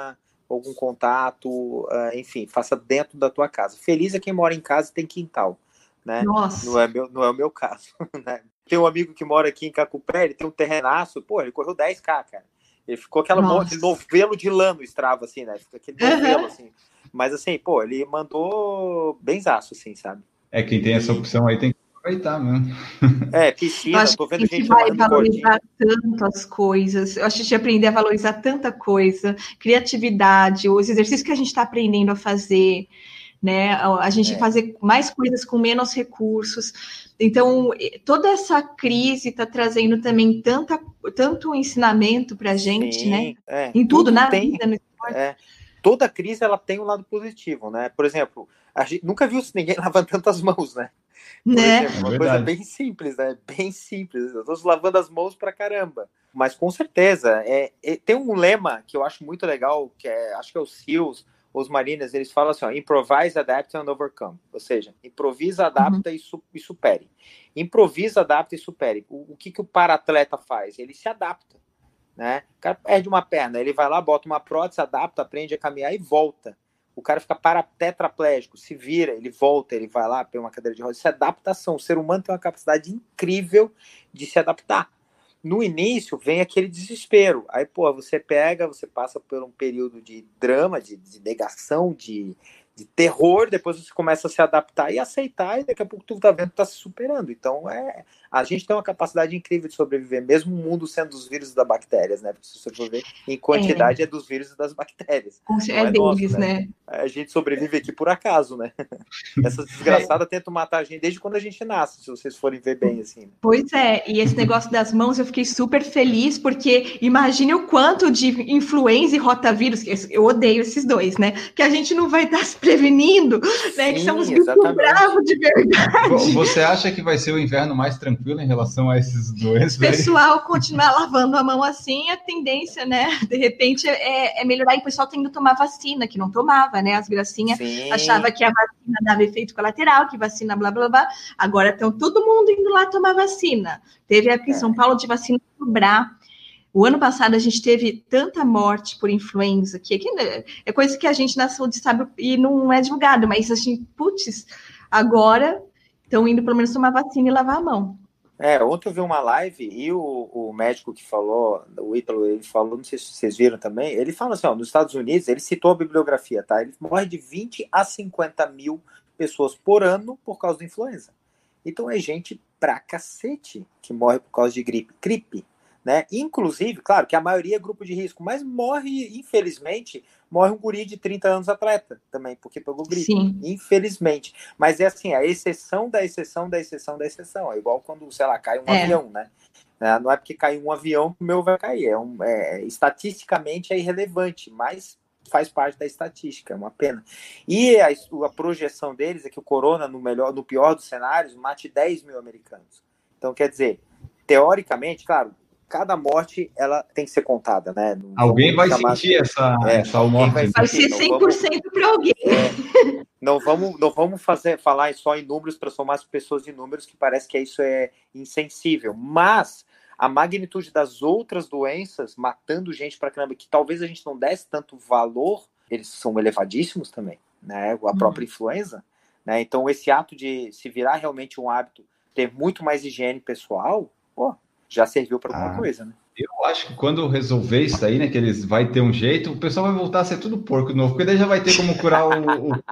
algum contato, uh, enfim, faça dentro da tua casa. Feliz é quem mora em casa e tem quintal, né?
Nossa.
Não é, meu, não é o meu caso, né? Tem um amigo que mora aqui em Cacupé, ele tem um terrenaço, pô, ele correu dez mil, cara. Ele ficou aquela monte, novelo de lã no Strava, assim, né? Fica aquele novelo, uhum. assim. Mas, assim, pô, ele mandou benzaço, assim, sabe?
É, quem tem essa opção aí tem que aproveitar mesmo.
É, piscina, eu tô vendo
a
gente...
gente vai valorizar tanto as coisas. Eu acho que a gente aprender a valorizar tanta coisa. Criatividade, os exercícios que a gente está aprendendo a fazer, né? A gente é. fazer mais coisas com menos recursos. Então, toda essa crise está trazendo também tanta, tanto ensinamento para a gente,
Sim,
né?
É.
Em tudo,
tudo
na
tem,
vida, no esporte.
É. Toda crise, ela tem um lado positivo, né? Por exemplo, a gente nunca viu ninguém lavando tantas mãos, né? Por
né?
exemplo, uma
é
coisa bem simples, né? Bem simples. Eu tô lavando as mãos pra caramba. Mas, com certeza, é, é, tem um lema que eu acho muito legal, que é, acho que é o SEALs, os Mariners, eles falam assim, ó, improvise, adapt and overcome. Ou seja, improvisa, adapta uhum. e, su- e supere. Improvisa, adapta e supere. O, o que, que o para-atleta faz? Ele se adapta, né? O cara perde uma perna, ele vai lá, bota uma prótese, adapta, aprende a caminhar e volta. O cara fica paratetraplégico, se vira, ele volta, ele vai lá, pega uma cadeira de rodas. Isso é adaptação. O ser humano tem uma capacidade incrível de se adaptar. No início, vem aquele desespero. Aí, pô, você pega, você passa por um período de drama, de, de negação, de, de terror, depois você começa a se adaptar e aceitar, e daqui a pouco tu tá vendo que tá se superando. Então, é, a gente tem uma capacidade incrível de sobreviver, mesmo o mundo sendo dos vírus e das bactérias, né? Porque se você for ver, em quantidade é, é dos vírus e das bactérias.
É, é
nosso,
deles, né? né?
A gente sobrevive aqui por acaso, né? Essas desgraçadas tentam matar a gente desde quando a gente nasce, se vocês forem ver bem, assim.
Pois é, e esse negócio das mãos eu fiquei super feliz, porque imagine o quanto de influenza e rotavírus, eu odeio esses dois, né? Que a gente não vai estar se prevenindo, né?
Sim,
que são os bichos bravos de verdade.
Você acha que vai ser o inverno mais tranquilo em relação a esses dois?
O pessoal continuar lavando a mão assim, a tendência, né? De repente é, é melhorar, e o pessoal tendo que tomar vacina, que não tomava, né? As gracinhas achavam que a vacina dava efeito colateral, que vacina blá blá blá. Agora estão todo mundo indo lá tomar vacina. Teve aqui em São Paulo de vacina dobrar. O ano passado a gente teve tanta morte por influenza, que, que é coisa que a gente na saúde sabe e não é divulgado, mas a gente, putz, agora estão indo pelo menos tomar vacina e lavar a mão.
É, ontem eu vi uma live e o, o médico que falou, o Ítalo, ele falou, não sei se vocês viram também, ele fala assim, ó, nos Estados Unidos, ele citou a bibliografia, tá? Ele morre de vinte a cinquenta mil pessoas por ano por causa da influenza. Então é gente pra cacete que morre por causa de gripe. Gripe, né? Inclusive, claro que a maioria é grupo de risco, mas morre, infelizmente, morre um guri de trinta anos atleta também, porque pegou gripe.
Sim.
Infelizmente. Mas é assim, a exceção da exceção da exceção da exceção. É igual quando, sei lá, cai um é. avião, né? Não é porque cai um avião que o meu vai cair. É um, é, estatisticamente é irrelevante, mas faz parte da estatística, é uma pena. E a, a projeção deles é que o corona, no, melhor, no pior dos cenários, mate dez mil americanos. Então, quer dizer, teoricamente, claro, cada morte ela tem que ser contada, né? Não
alguém vai sentir essa,
é,
essa morte.
Vai, vai ser cem por cento para alguém.
É, não vamos, não vamos fazer, falar só em números, transformar as pessoas em números, que parece que isso é insensível. Mas a magnitude das outras doenças matando gente pra caramba, que talvez a gente não desse tanto valor, eles são elevadíssimos também, né? A própria hum. influenza, né? Então esse ato de se virar realmente um hábito, ter muito mais higiene pessoal, pô, já serviu para alguma ah, coisa, né?
Eu acho que quando resolver isso aí, né, que eles vai ter um jeito, o pessoal vai voltar a ser tudo porco de novo, porque daí já vai ter como curar o... o...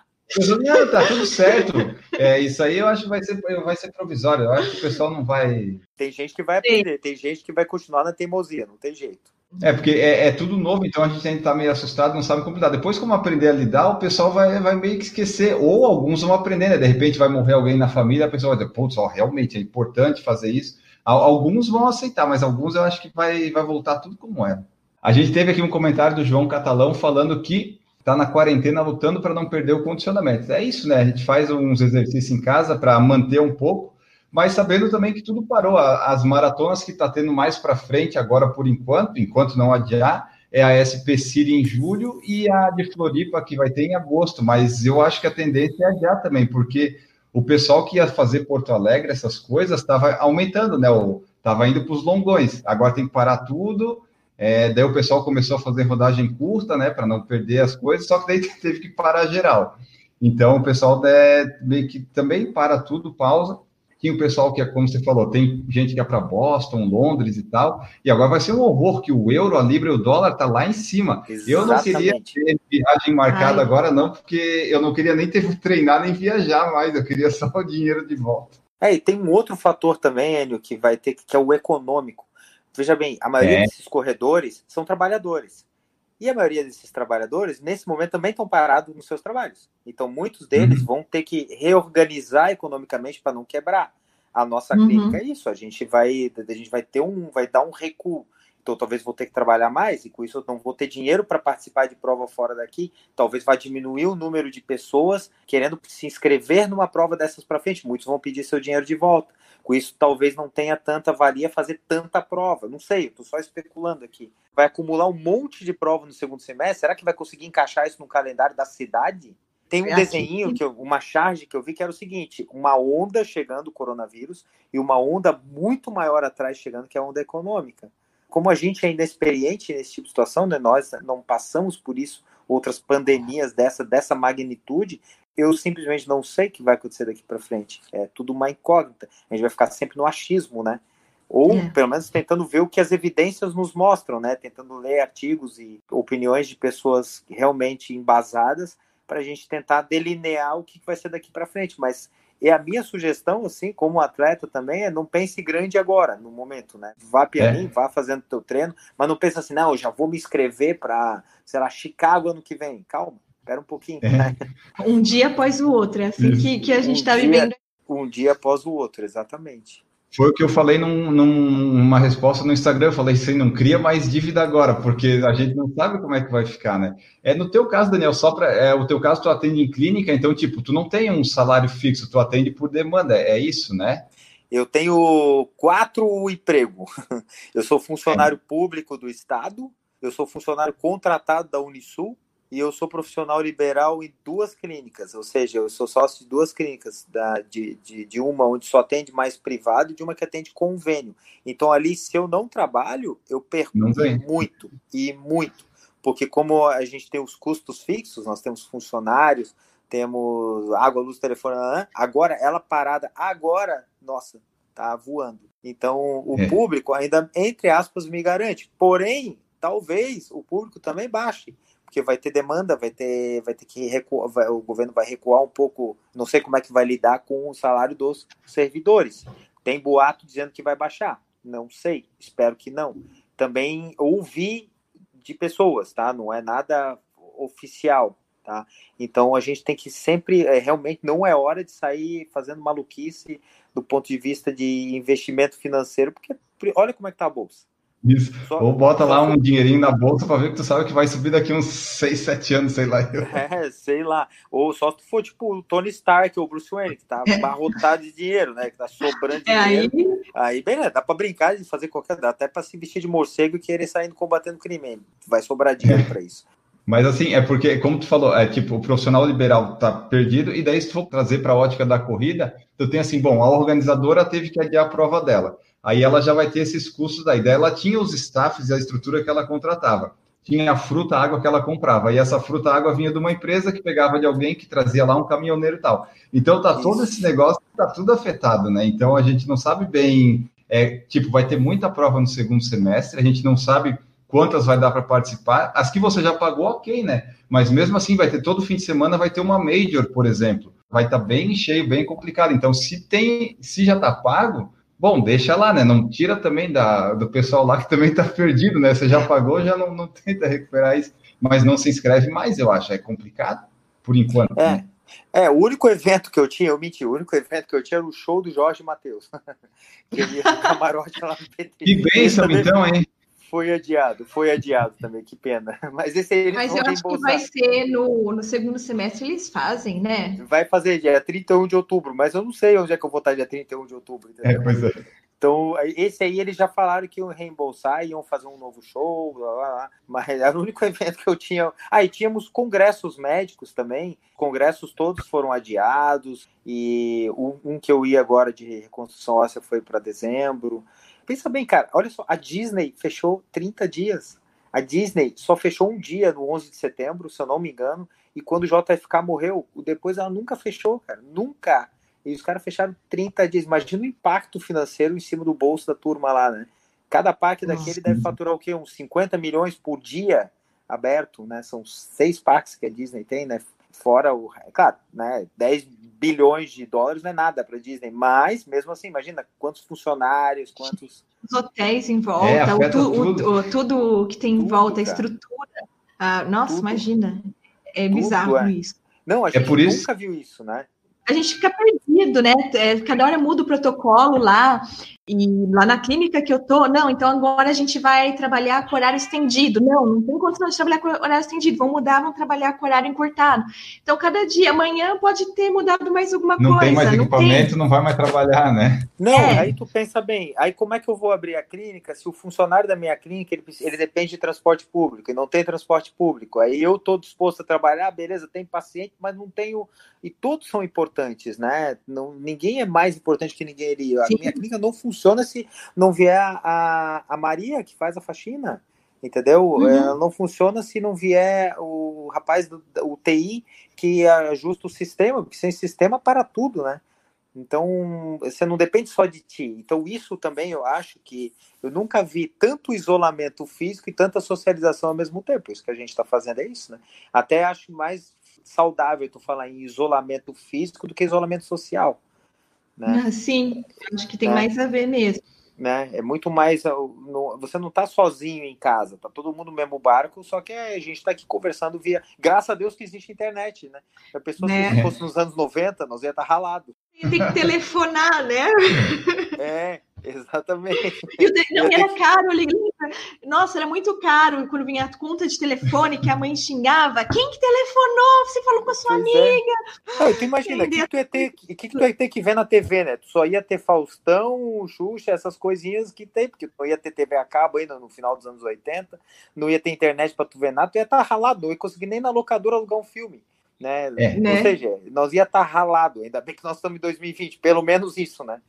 Não, tá tudo certo. É, isso aí eu acho que vai ser, vai ser provisório. Eu acho que o pessoal não vai...
Tem gente que vai aprender, tem gente que vai continuar na teimosia, não tem jeito.
É, porque é, é tudo novo, então a gente ainda tá meio assustado, não sabe como lidar. Depois, como aprender a lidar, o pessoal vai, vai meio que esquecer, ou alguns vão aprender, né? De repente vai morrer alguém na família, a pessoa vai dizer, putz, ó, realmente é importante fazer isso. Alguns vão aceitar, mas alguns eu acho que vai, vai voltar tudo como era. A gente teve aqui um comentário do João Catalão falando que está na quarentena lutando para não perder o condicionamento. É isso, né? A gente faz uns exercícios em casa para manter um pouco, mas sabendo também que tudo parou. As maratonas que está tendo mais para frente agora, por enquanto, enquanto não adiar, é a S P City em julho e a de Floripa que vai ter em agosto. Mas eu acho que a tendência é adiar também, porque o pessoal que ia fazer Porto Alegre, essas coisas, estava aumentando, né? Estava indo para os longões. Agora tem que parar tudo. É, daí o pessoal começou a fazer rodagem curta, né, para não perder as coisas, só que daí teve que parar geral. Então o pessoal é, meio que também para tudo, pausa. Tinha o pessoal que é, como você falou, tem gente que é para Boston, Londres e tal, e agora vai ser um horror que o euro, a libra e o dólar tá lá em cima.
Exatamente.
Eu não queria ter viagem marcada Ai. agora não, porque eu não queria nem ter que treinar nem viajar mais, eu queria só o dinheiro de volta.
É, e tem um outro fator também, Enio, que vai ter, que é o econômico. Veja bem, a maioria é. desses corredores são trabalhadores. E a maioria desses trabalhadores, nesse momento, também estão parados nos seus trabalhos. Então, muitos deles uhum. vão ter que reorganizar economicamente para não quebrar. A nossa uhum. clínica é isso. A gente vai, a gente vai ter um, vai dar um recuo. Então, talvez vou ter que trabalhar mais, e com isso eu não vou ter dinheiro para participar de prova fora daqui. Talvez vai diminuir o número de pessoas querendo se inscrever numa prova dessas para frente. Muitos vão pedir seu dinheiro de volta. Com isso, talvez não tenha tanta valia fazer tanta prova. Não sei, estou só especulando aqui. Vai acumular um monte de prova no segundo semestre? Será que vai conseguir encaixar isso no calendário da cidade? Tem um é desenho, que eu, uma charge que eu vi que era o seguinte, uma onda chegando, o coronavírus, e uma onda muito maior atrás chegando, que é a onda econômica. Como a gente é inexperiente nesse tipo de situação, né, nós não passamos por isso, outras pandemias dessa, dessa magnitude, eu simplesmente não sei o que vai acontecer daqui para frente. É tudo uma incógnita. A gente vai ficar sempre no achismo, né? Ou, é. pelo menos, tentando ver o que as evidências nos mostram, né? Tentando ler artigos e opiniões de pessoas realmente embasadas para a gente tentar delinear o que vai ser daqui para frente. Mas e a minha sugestão, assim, como atleta também, é não pense grande agora, no momento, né? Vá pianinho, é. vá fazendo teu treino, mas não pense assim, não, eu já vou me inscrever para, sei lá, Chicago ano que vem. Calma, espera um pouquinho.
É.
Né?
Um dia após o outro, é assim que, que a gente está um vivendo.
Um dia após o outro, exatamente.
Foi o que eu falei num, numa resposta no Instagram, eu falei assim, não cria mais dívida agora, porque a gente não sabe como é que vai ficar, né? É, no teu caso, Daniel, só para é, o teu caso, tu atende em clínica, então, tipo, tu não tem um salário fixo, tu atende por demanda, é isso, né?
Eu tenho quatro empregos. Eu sou funcionário é. público do Estado, eu sou funcionário contratado da Unisul, e eu sou profissional liberal em duas clínicas, ou seja, eu sou sócio de duas clínicas, da, de, de, de uma onde só atende mais privado e de uma que atende convênio. Então ali, se eu não trabalho, eu perco muito, e muito, porque como a gente tem os custos fixos, nós temos funcionários, temos água, luz, telefone, agora ela parada, agora, nossa, tá voando. Então o é. público ainda, entre aspas, me garante, porém, talvez o público também baixe, porque vai ter demanda, vai ter, vai ter que recuar, vai, o governo vai recuar um pouco, não sei como é que vai lidar com o salário dos servidores. Tem boato dizendo que vai baixar, não sei, espero que não. Também ouvi de pessoas, tá? Não é nada oficial, tá? Então a gente tem que sempre, é, realmente não é hora de sair fazendo maluquice do ponto de vista de investimento financeiro, porque olha como é que tá a bolsa.
Isso. Só, Ou bota lá um dinheirinho na bolsa para ver que tu sabe que vai subir daqui uns seis, sete anos, sei lá.
É, sei lá. Ou só se tu for tipo o Tony Stark ou o Bruce Wayne, que tá abarrotado de dinheiro, né? Que tá sobrando de é, dinheiro. Aí, aí bem, né? Dá para brincar de fazer qualquer... Dá até para se vestir de morcego e querer sair combatendo crime. Vai sobrar dinheiro para isso.
Mas assim, é porque, como tu falou, é tipo, o profissional liberal tá perdido, e daí se tu for trazer para a ótica da corrida, tu tem assim, bom, a organizadora teve que adiar a prova dela. Aí ela já vai ter esses custos daí. Daí ela tinha os staffs e a estrutura que ela contratava. Tinha a fruta, a água que ela comprava. E essa fruta, a água vinha de uma empresa que pegava de alguém que trazia lá um caminhoneiro e tal. Então tá Isso. todo esse negócio, tá tudo afetado, né? Então a gente não sabe bem, é, tipo, vai ter muita prova no segundo semestre, a gente não sabe quantas vai dar para participar. As que você já pagou, ok, né? Mas mesmo assim vai ter todo fim de semana, vai ter uma major, por exemplo. Vai estar tá bem cheio, bem complicado. Então se tem, se já tá pago, bom, deixa lá, né? Não tira também da, do pessoal lá que também está perdido, né? Você já pagou, já não, não tenta recuperar isso, mas não se inscreve mais, eu acho. É complicado, por enquanto.
É,
né?
é o único evento que eu tinha, eu menti, o único evento que eu tinha era o show do Jorge Mateus. Que ele ia no camarote lá no P T.
Que bênção, então, hein?
Foi adiado, foi adiado também, que pena. Mas esse aí eles
Mas
vão
eu acho
reembolsar.
que vai ser no, no segundo semestre, eles fazem, né?
Vai fazer dia trinta e um de outubro, mas eu não sei onde é que eu vou estar dia trinta e um de outubro. Entendeu?
É, pois é.
Então, esse aí eles já falaram que iam reembolsar, iam fazer um novo show, blá, blá, blá. Mas era o único evento que eu tinha. Ah, e tínhamos congressos médicos também. Congressos todos foram adiados, e um que eu ia agora de reconstrução óssea foi para dezembro. Pensa bem, cara, olha só, a Disney fechou trinta dias. A Disney só fechou um dia no onze de setembro, se eu não me engano, e quando o J F K morreu, depois ela nunca fechou, cara, nunca. E os caras fecharam trinta dias. Imagina o impacto financeiro em cima do bolso da turma lá, né? Cada parque daquele Nossa. deve faturar o quê? Uns cinquenta milhões por dia aberto, né? São seis parques que a Disney tem, né? Fora o... Claro, né? dez bilhões de dólares não é nada para a Disney, mas, mesmo assim, imagina quantos funcionários, quantos...
Os hotéis em volta, é, o, tu, tudo. O, o, tudo que tem em tudo, volta, a estrutura. Ah, nossa, tudo. Imagina. É tudo, bizarro é. isso.
Não, a gente
é por
nunca
isso...
viu isso, né?
A gente fica perdido, né? Cada hora muda o protocolo lá, e lá na clínica que eu tô, não, então agora a gente vai trabalhar com horário estendido. Não, não tem condição de trabalhar com horário estendido, vamos mudar, vamos trabalhar com horário encurtado. Então, cada dia, amanhã pode ter mudado mais alguma
não
coisa.
Tem mais
não
equipamento,
tem.
não vai mais trabalhar, né?
Não,
é.
Aí tu pensa bem, aí como é que eu vou abrir a clínica se o funcionário da minha clínica, ele, ele depende de transporte público, e não tem transporte público, aí eu tô disposto a trabalhar, beleza, tem paciente, mas não tenho, e todos são importantes, né? Não, ninguém é mais importante que ninguém ali. A Sim. minha clínica não funciona se não vier a, a Maria, que faz a faxina, entendeu? Uhum. Ela não funciona se não vier o rapaz do o T I que ajusta o sistema, porque sem sistema para tudo, né? Então, você não depende só de ti. Então, isso também eu acho que eu nunca vi tanto isolamento físico e tanta socialização ao mesmo tempo. Isso que a gente está fazendo é isso, né? Até acho mais saudável tu falar em isolamento físico do que isolamento social, né?
Ah, sim, acho que tem
né?
mais a ver mesmo.
Né? É muito mais, você não tá sozinho em casa, tá todo mundo no mesmo barco, só que a gente tá aqui conversando via, graças a Deus que existe internet, né? A pessoa, né? Se fosse nos anos noventa, nós ia estar ralado.
Tem que telefonar, né?
É, exatamente.
E não era caro, nossa, era muito caro quando vinha a conta de telefone que a mãe xingava. Quem que telefonou? Você falou com a sua pois amiga.
É. Não, tu imagina, o que, que, tu ia ter, que, que tu ia ter que ver na T V, né? Tu só ia ter Faustão, Xuxa, essas coisinhas que tem, porque tu não ia ter T V a cabo ainda no final dos anos oitenta, não ia ter internet pra tu ver nada, tu ia estar ralado, não ia conseguir nem na locadora alugar um filme. Né?
É.
Ou né? seja, nós ia estar ralado, ainda bem que nós estamos em dois mil e vinte, pelo menos isso, né?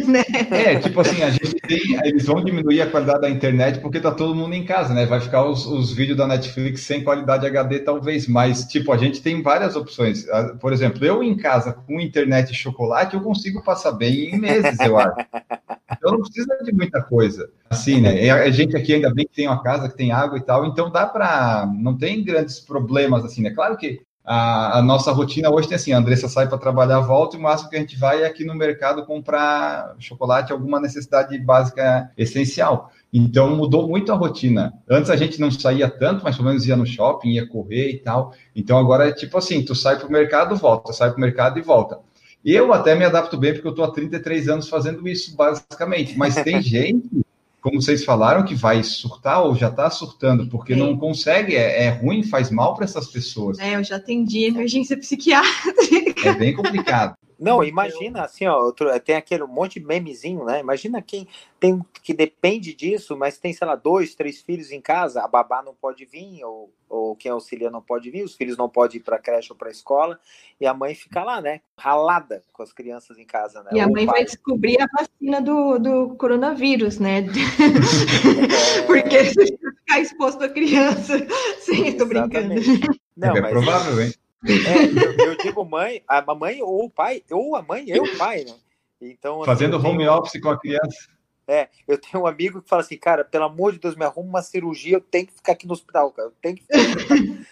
É, tipo assim, a gente tem, eles vão diminuir a qualidade da internet porque tá todo mundo em casa, né? Vai ficar os, os vídeos da Netflix sem qualidade H D talvez, mas tipo, a gente tem várias opções. Por exemplo, eu em casa com internet e chocolate, eu consigo passar bem em meses, eu acho. Então não precisa de muita coisa. Assim, né? A gente aqui ainda bem que tem uma casa que tem água e tal, então dá para, não tem grandes problemas assim, né? Claro que A, a nossa rotina hoje tem assim, a Andressa sai para trabalhar, volta e o máximo que a gente vai é aqui no mercado comprar chocolate, alguma necessidade básica essencial. Então mudou muito a rotina. Antes a gente não saía tanto, mas pelo menos ia no shopping, ia correr e tal. Então agora é tipo assim, tu sai para o mercado, volta, sai para o mercado e volta. Eu até me adapto bem porque eu estou há trinta e três anos fazendo isso basicamente, mas tem gente... como vocês falaram, que vai surtar ou já está surtando, porque é. não consegue, é, é ruim, faz mal para essas pessoas.
É, eu já atendi emergência psiquiátrica.
É bem complicado.
Não, imagina, assim, ó, tem aquele monte de memezinho, né? Imagina quem tem, que depende disso, mas tem, sei lá, dois, três filhos em casa, a babá não pode vir, ou, ou quem auxilia não pode vir, os filhos não podem ir para a creche ou para a escola, e a mãe fica lá, né? Ralada com as crianças em casa, né?
E a mãe vai descobrir a vacina do, do coronavírus, né? É... Porque se ficar exposto a criança, sim, estou brincando.
Não, é mas... provável, hein?
É, eu, eu digo mãe, a mãe ou o pai, ou a mãe e o pai, né? Então,
fazendo
assim,
home
tenho...
office com a criança.
É, eu tenho um amigo que fala assim, cara, pelo amor de Deus, me arruma uma cirurgia, eu tenho que ficar aqui no hospital, cara, eu tenho que ficar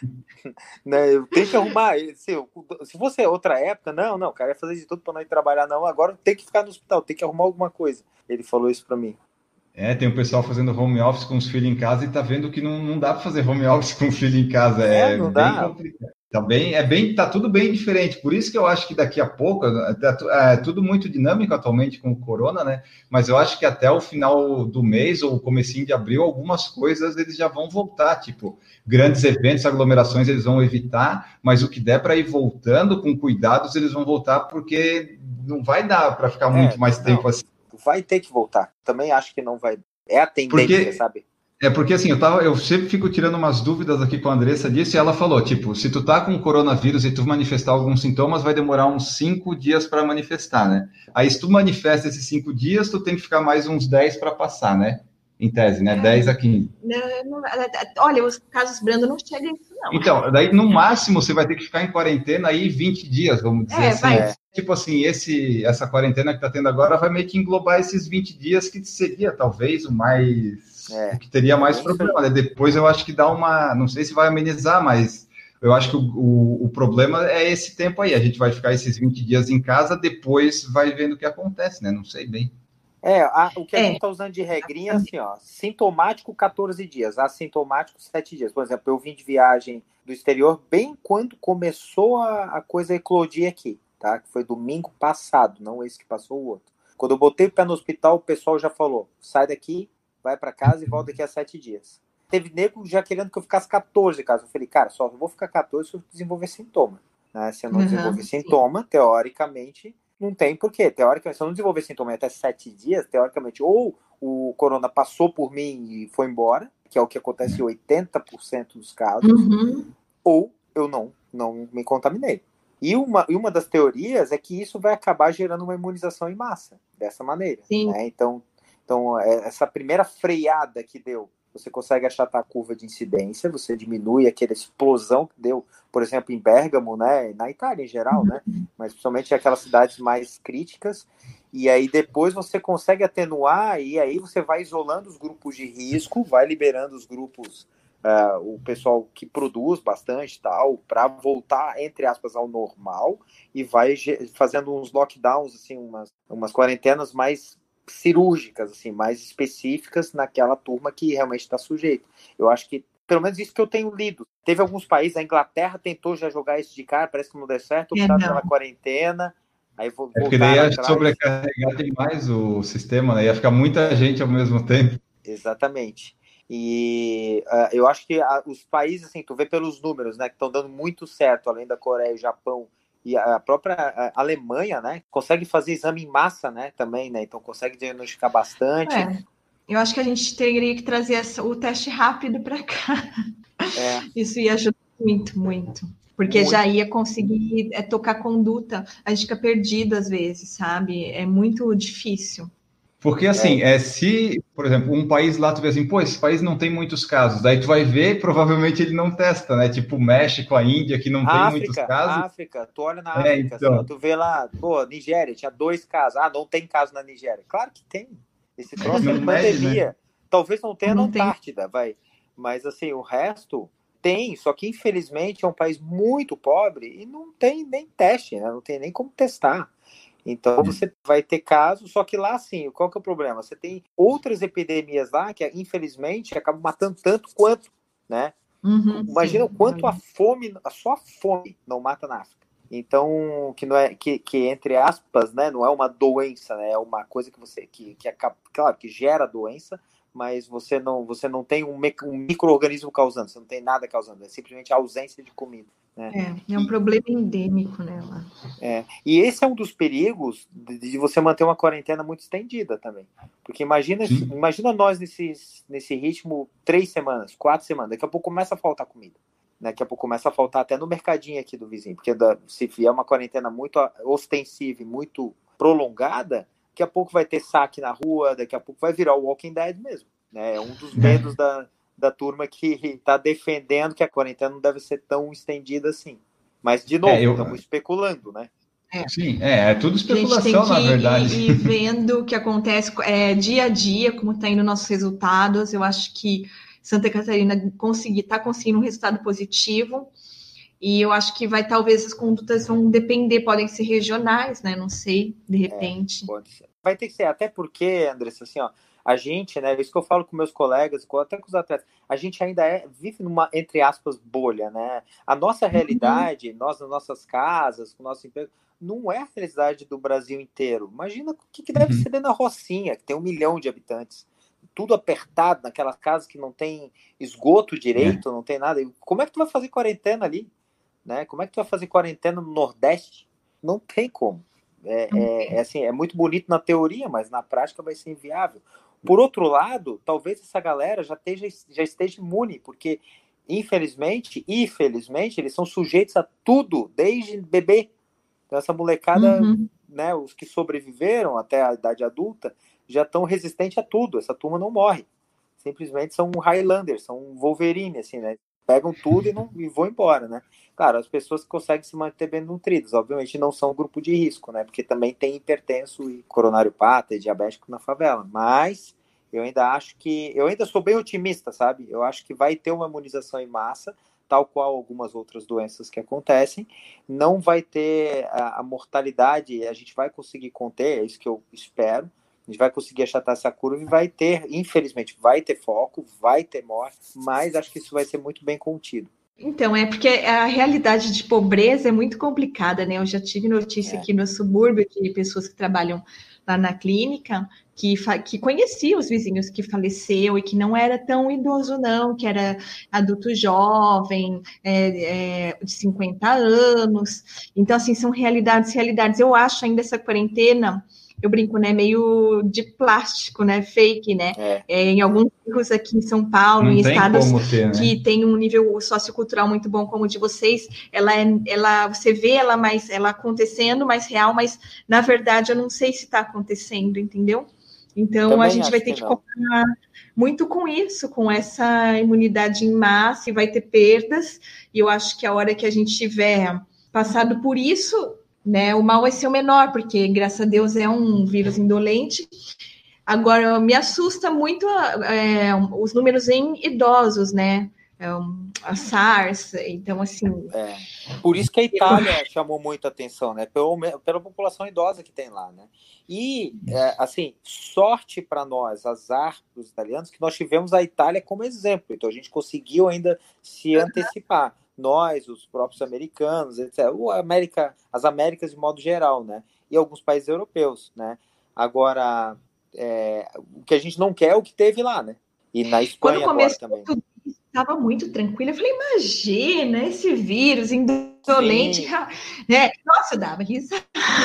né, eu tenho que arrumar, se, eu, se fosse outra época, não, não, cara, ia fazer de tudo para não ir trabalhar, não, agora eu tenho que ficar no hospital, tem que arrumar alguma coisa. Ele falou isso para mim.
É, tem o pessoal fazendo home office com os filhos em casa e tá vendo que não, não dá para fazer home office com o filho em casa, é, é não bem dá. complicado. Tá bem, é bem, tá tudo bem diferente. Por isso que eu acho que daqui a pouco é, é tudo muito dinâmico atualmente com o corona, né? Mas eu acho que até o final do mês ou comecinho de abril, algumas coisas eles já vão voltar. Tipo, grandes eventos, aglomerações eles vão evitar, mas o que der para ir voltando com cuidados eles vão voltar porque não vai dar para ficar muito é, mais não. tempo assim.
vai ter que voltar. Também acho que não vai... É a tendência,
Porque...
sabe?
É porque assim, eu, tava, eu sempre fico tirando umas dúvidas aqui com a Andressa disso, e ela falou, tipo, se tu tá com coronavírus e tu manifestar alguns sintomas, vai demorar uns cinco dias para manifestar, né? Aí se tu manifesta esses cinco dias, tu tem que ficar mais uns dez para passar, né? Em tese, né? dez a quinze.
Não, não, olha, os casos brandos não chegam a isso, não.
Então, daí no máximo você vai ter que ficar em quarentena aí vinte dias, vamos dizer
é,
assim.
Vai.
Tipo assim, esse, essa quarentena que tá tendo agora vai meio que englobar esses vinte dias, que seria talvez o mais... É, o que teria mais problema, né? Depois eu acho que dá uma... Não sei se vai amenizar, mas eu acho que o, o, o problema é esse tempo aí. A gente vai ficar esses vinte dias em casa, depois vai vendo o que acontece, né? Não sei bem.
É, a, o que a é. gente tá usando de regrinha é assim, ó. Sintomático, quatorze dias. Assintomático, sete dias. Por exemplo, eu vim de viagem do exterior bem quando começou a, a coisa a eclodir aqui, tá? Que foi domingo passado, não esse que passou o outro. Quando eu botei o pé no hospital, o pessoal já falou, sai daqui, vai para casa e volta daqui a sete dias. Teve nego já querendo que eu ficasse quatorze casos. Eu falei, cara, só vou ficar quatorze se eu desenvolver sintoma. Né? Se eu não uhum, desenvolver sim. sintoma, teoricamente, não tem porquê. Teoricamente, se eu não desenvolver sintoma até sete dias, teoricamente, ou o corona passou por mim e foi embora, que é o que acontece em oitenta por cento dos casos, uhum. ou eu não, não me contaminei. E uma, e uma das teorias é que isso vai acabar gerando uma imunização em massa, dessa maneira. Né? Então, Então, essa primeira freada que deu, você consegue achatar a curva de incidência, você diminui aquela explosão que deu, por exemplo, em Bérgamo, né, na Itália em geral, né, mas principalmente aquelas cidades mais críticas, e aí depois você consegue atenuar, e aí você vai isolando os grupos de risco, vai liberando os grupos, uh, o pessoal que produz bastante, tal, para voltar, entre aspas, ao normal, e vai fazendo uns lockdowns, assim, umas, umas quarentenas mais cirúrgicas, assim, mais específicas naquela turma que realmente está sujeita. Eu acho que, pelo menos isso que eu tenho lido. Teve alguns países, a Inglaterra tentou já jogar isso de cara, parece que não deu certo, optaram pela quarentena, aí vou
é porque daí ia sobrecarregar demais o sistema, né? Ia ficar muita gente ao mesmo tempo.
Exatamente. E uh, eu acho que uh, os países, assim, tu vê pelos números, né, que estão dando muito certo, além da Coreia e Japão, e a própria Alemanha, né, consegue fazer exame em massa, né, também, né, então consegue diagnosticar bastante.
É, eu acho que a gente teria que trazer o teste rápido para cá. É. Isso ia ajudar muito, muito. Porque muito. Já ia conseguir é, tocar conduta. A gente fica perdido às vezes, sabe? É muito difícil.
Porque, assim, é. É, se, por exemplo, um país lá, tu vê assim, pô, esse país não tem muitos casos, daí tu vai ver, provavelmente ele não testa, né? Tipo o México, a Índia, que não
África,
tem muitos casos.
África, tu olha na África, é, então. assim, ó, tu vê lá, pô, Nigéria, tinha dois casos. Ah, não tem caso na Nigéria. Claro que tem. Esse troço é pandemia. Né? Talvez não tenha não na Antártida, tem. vai. Mas, assim, o resto tem, só que, infelizmente, é um país muito pobre e não tem nem teste, né? Não tem nem como testar. Então, você vai ter casos, só que lá, assim, qual que é o problema? Você tem outras epidemias lá que, infelizmente, acabam matando tanto quanto, né? Uhum, Imagina sim, o quanto a fome, a só fome não mata na África. Então, que, não é, que, que, entre aspas, né, não é uma doença, né? É uma coisa que você, que, que acaba, claro, que gera doença, mas você não, você não tem um, um micro-organismo causando, você não tem nada causando, é simplesmente a ausência de comida. Né?
É, é um e, problema endêmico, né? Lá.
É, e esse é um dos perigos de, de você manter uma quarentena muito estendida também. Porque imagina, imagina nós nesse, nesse ritmo três semanas, quatro semanas, daqui a pouco começa a faltar comida. Daqui a pouco começa a faltar até no mercadinho aqui do vizinho, porque da, se vier uma quarentena muito ostensiva e muito prolongada, daqui a pouco vai ter saque na rua, daqui a pouco vai virar o Walking Dead mesmo. Né? É um dos medos da, da turma que está defendendo que a quarentena não deve ser tão estendida assim. Mas, de novo, é, eu... estamos especulando, né?
É. Sim, é, é tudo especulação,
na
verdade.
E vendo o que acontece é, dia a dia, como está indo nossos resultados, eu acho que Santa Catarina conseguir, está conseguindo um resultado positivo, e eu acho que vai, talvez as condutas vão depender, podem ser regionais, né? Não sei, de repente.
É, pode ser. Vai ter que ser, até porque, Andressa, assim, ó, a gente, né, isso que eu falo com meus colegas, até com os atletas, a gente ainda é, vive numa, entre aspas, bolha, né? A nossa realidade, uhum. nós nas nossas casas, com o nosso emprego, não é a realidade do Brasil inteiro. Imagina o que, que deve uhum. ser dentro da Rocinha, que tem um milhão de habitantes. Tudo apertado, naquelas casas que não tem esgoto direito, é. não tem nada. Como é que tu vai fazer quarentena ali? Né? Como é que tu vai fazer quarentena no Nordeste? Não tem como. É, é, é, assim, é muito bonito na teoria, mas na prática vai ser inviável. Por outro lado, talvez essa galera já esteja, já esteja imune, porque, infelizmente, infelizmente, eles são sujeitos a tudo, desde bebê. Então, essa molecada, uhum. né, os que sobreviveram até a idade adulta, já estão resistentes a tudo. Essa turma não morre. Simplesmente são Highlanders, são Wolverine, assim, né? Pegam tudo e, não, e vão embora, né? Claro, as pessoas que conseguem se manter bem nutridas, obviamente não são grupo de risco, né? Porque também tem hipertenso e coronariopata e diabético na favela. Mas eu ainda acho que... Eu ainda sou bem otimista, sabe? Eu acho que vai ter uma imunização em massa, tal qual algumas outras doenças que acontecem. Não vai ter a, a mortalidade, a gente vai conseguir conter, é isso que eu espero. A gente vai conseguir achatar essa curva e vai ter, infelizmente, vai ter foco, vai ter morte, mas acho que isso vai ser muito bem contido.
Então, é porque a realidade de pobreza é muito complicada, né? Eu já tive notícia é. aqui no subúrbio de pessoas que trabalham lá na clínica, que, que conhecia os vizinhos que faleceu e que não era tão idoso não, que era adulto jovem, é, é, de cinquenta anos. Então, assim, são realidades, realidades. Eu acho ainda essa quarentena... Eu brinco, né? Meio de plástico, né? Fake, né? É. É, em alguns bairros aqui em São Paulo,
não
em
tem
estados
como ter, né?
que tem um nível sociocultural muito bom, como o de vocês, ela é, ela, você vê ela mais, ela acontecendo, mais real, mas na verdade eu não sei se está acontecendo, entendeu? Então Também a gente vai ter que, que contar muito com isso, com essa imunidade em massa, e vai ter perdas. E eu acho que a hora que a gente tiver passado por isso, né, o mal vai ser o menor, porque, graças a Deus, é um vírus indolente. Agora, me assusta muito é, os números em idosos, né? É, a SARS, então, assim...
É. Por isso que a Itália eu... chamou muita atenção, né? Pela, pela população idosa que tem lá, né? E, é, assim, sorte para nós, azar para os italianos, que nós tivemos a Itália como exemplo. Então, a gente conseguiu ainda se antecipar. Nós, os próprios americanos, etcétera. O América, as Américas de modo geral, né? E alguns países europeus, né? Agora, é, o que a gente não quer é o que teve lá, né? E na Espanha
Quando
agora também.
Tudo isso, estava muito tranquila. Eu falei, imagina esse vírus indolente, né? Nossa, eu dava risada.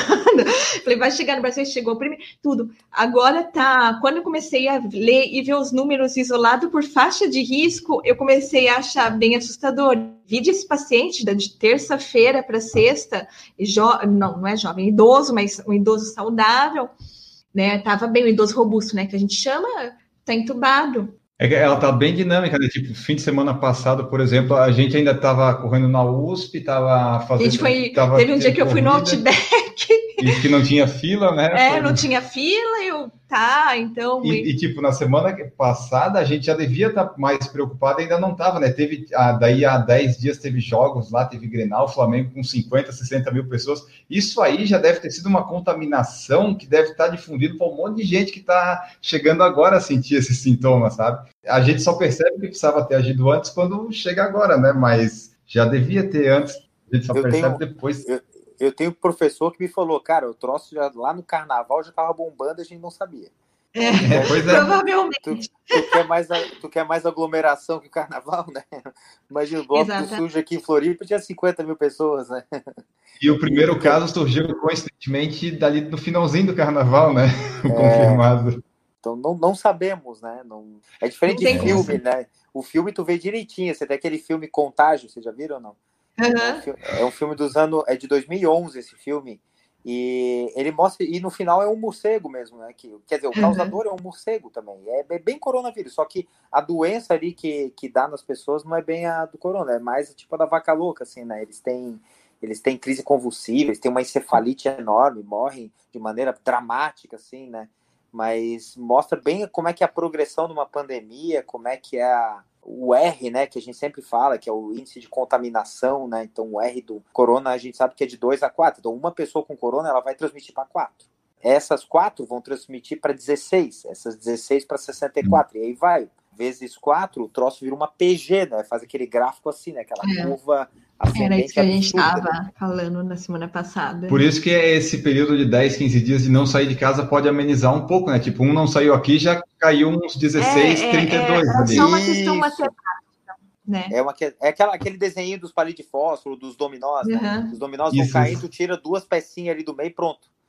Falei, vai chegar no Brasil, chegou primeiro, tudo. Agora tá. Quando eu comecei a ler e ver os números isolados por faixa de risco, eu comecei a achar bem assustador. Vi esse paciente de terça-feira para sexta, jo... não, não é jovem, idoso, mas um idoso saudável, né? Tava bem, um idoso robusto, né? Que a gente chama, tá entubado.
É que ela tá bem dinâmica, né? Tipo, fim de semana passado, por exemplo, a gente ainda estava correndo na U S P, estava fazendo...
A gente foi,
tava
teve um dia que eu fui no Outback.
E que não tinha fila, né?
É,
foi...
não tinha fila, eu... Tá, então...
E, e, tipo, na semana passada, a gente já devia estar mais preocupado, ainda não estava, né? Teve, ah, daí há dez dias teve jogos lá, teve Grenal, Flamengo com cinquenta, sessenta mil pessoas. Isso aí já deve ter sido uma contaminação que deve estar difundido para um monte de gente que está chegando agora a sentir esses sintomas, sabe? A gente só percebe que precisava ter agido antes quando chega agora, né? Mas já devia ter antes, a gente só eu percebe tenho, depois.
Eu, eu tenho um professor que me falou, cara, o troço já, lá no carnaval já estava bombando e a gente não sabia.
É, é, pois é. Provavelmente.
Tu, tu, quer mais, tu quer mais aglomeração que o carnaval, né? Imagina, o bloco do sujo aqui em Floripa tinha cinquenta mil pessoas, né?
E o primeiro caso surgiu, coincidentemente, dali no finalzinho do carnaval, né? É... Confirmado.
Então, não, não sabemos, né? Não... É diferente de filme, né? O filme tu vê direitinho. Você tem aquele filme Contágio, vocês já viram ou não?
Uhum.
É, um filme, é um filme dos anos... É de dois mil e onze esse filme. E ele mostra... E no final é um morcego mesmo, né? Que, quer dizer, o causador uhum. é um morcego também. É, é bem coronavírus. Só que a doença ali que, que dá nas pessoas não é bem a do corona. É mais tipo a da vaca louca, assim, né? Eles têm... Eles têm crise convulsiva, eles têm uma encefalite enorme, morrem de maneira dramática, assim, né? Mas mostra bem como é que é a progressão de uma pandemia, como é que é a, o R, né, que a gente sempre fala, que é o índice de contaminação, né? Então o R do corona a gente sabe que é de dois a quatro. Então uma pessoa com corona ela vai transmitir para quatro. Essas quatro vão transmitir para dezesseis, essas dezesseis para sessenta e quatro. E aí vai, vezes quatro, o troço vira uma P G, né? Faz aquele gráfico assim, né? Aquela é. curva
ascendente. Era isso que a gente estava falando na semana passada.
Por isso que esse período de dez, quinze dias de não sair de casa pode amenizar um pouco, né? Tipo, um não saiu aqui, já caiu uns dezesseis, é, trinta e dois.
É, é, é só uma questão matemática, né?
É, uma, é aquela, aquele desenho dos palitos de fósforo, dos dominós, uhum. né? Os dominós vão cair, tu tira duas pecinhas ali do meio e pronto.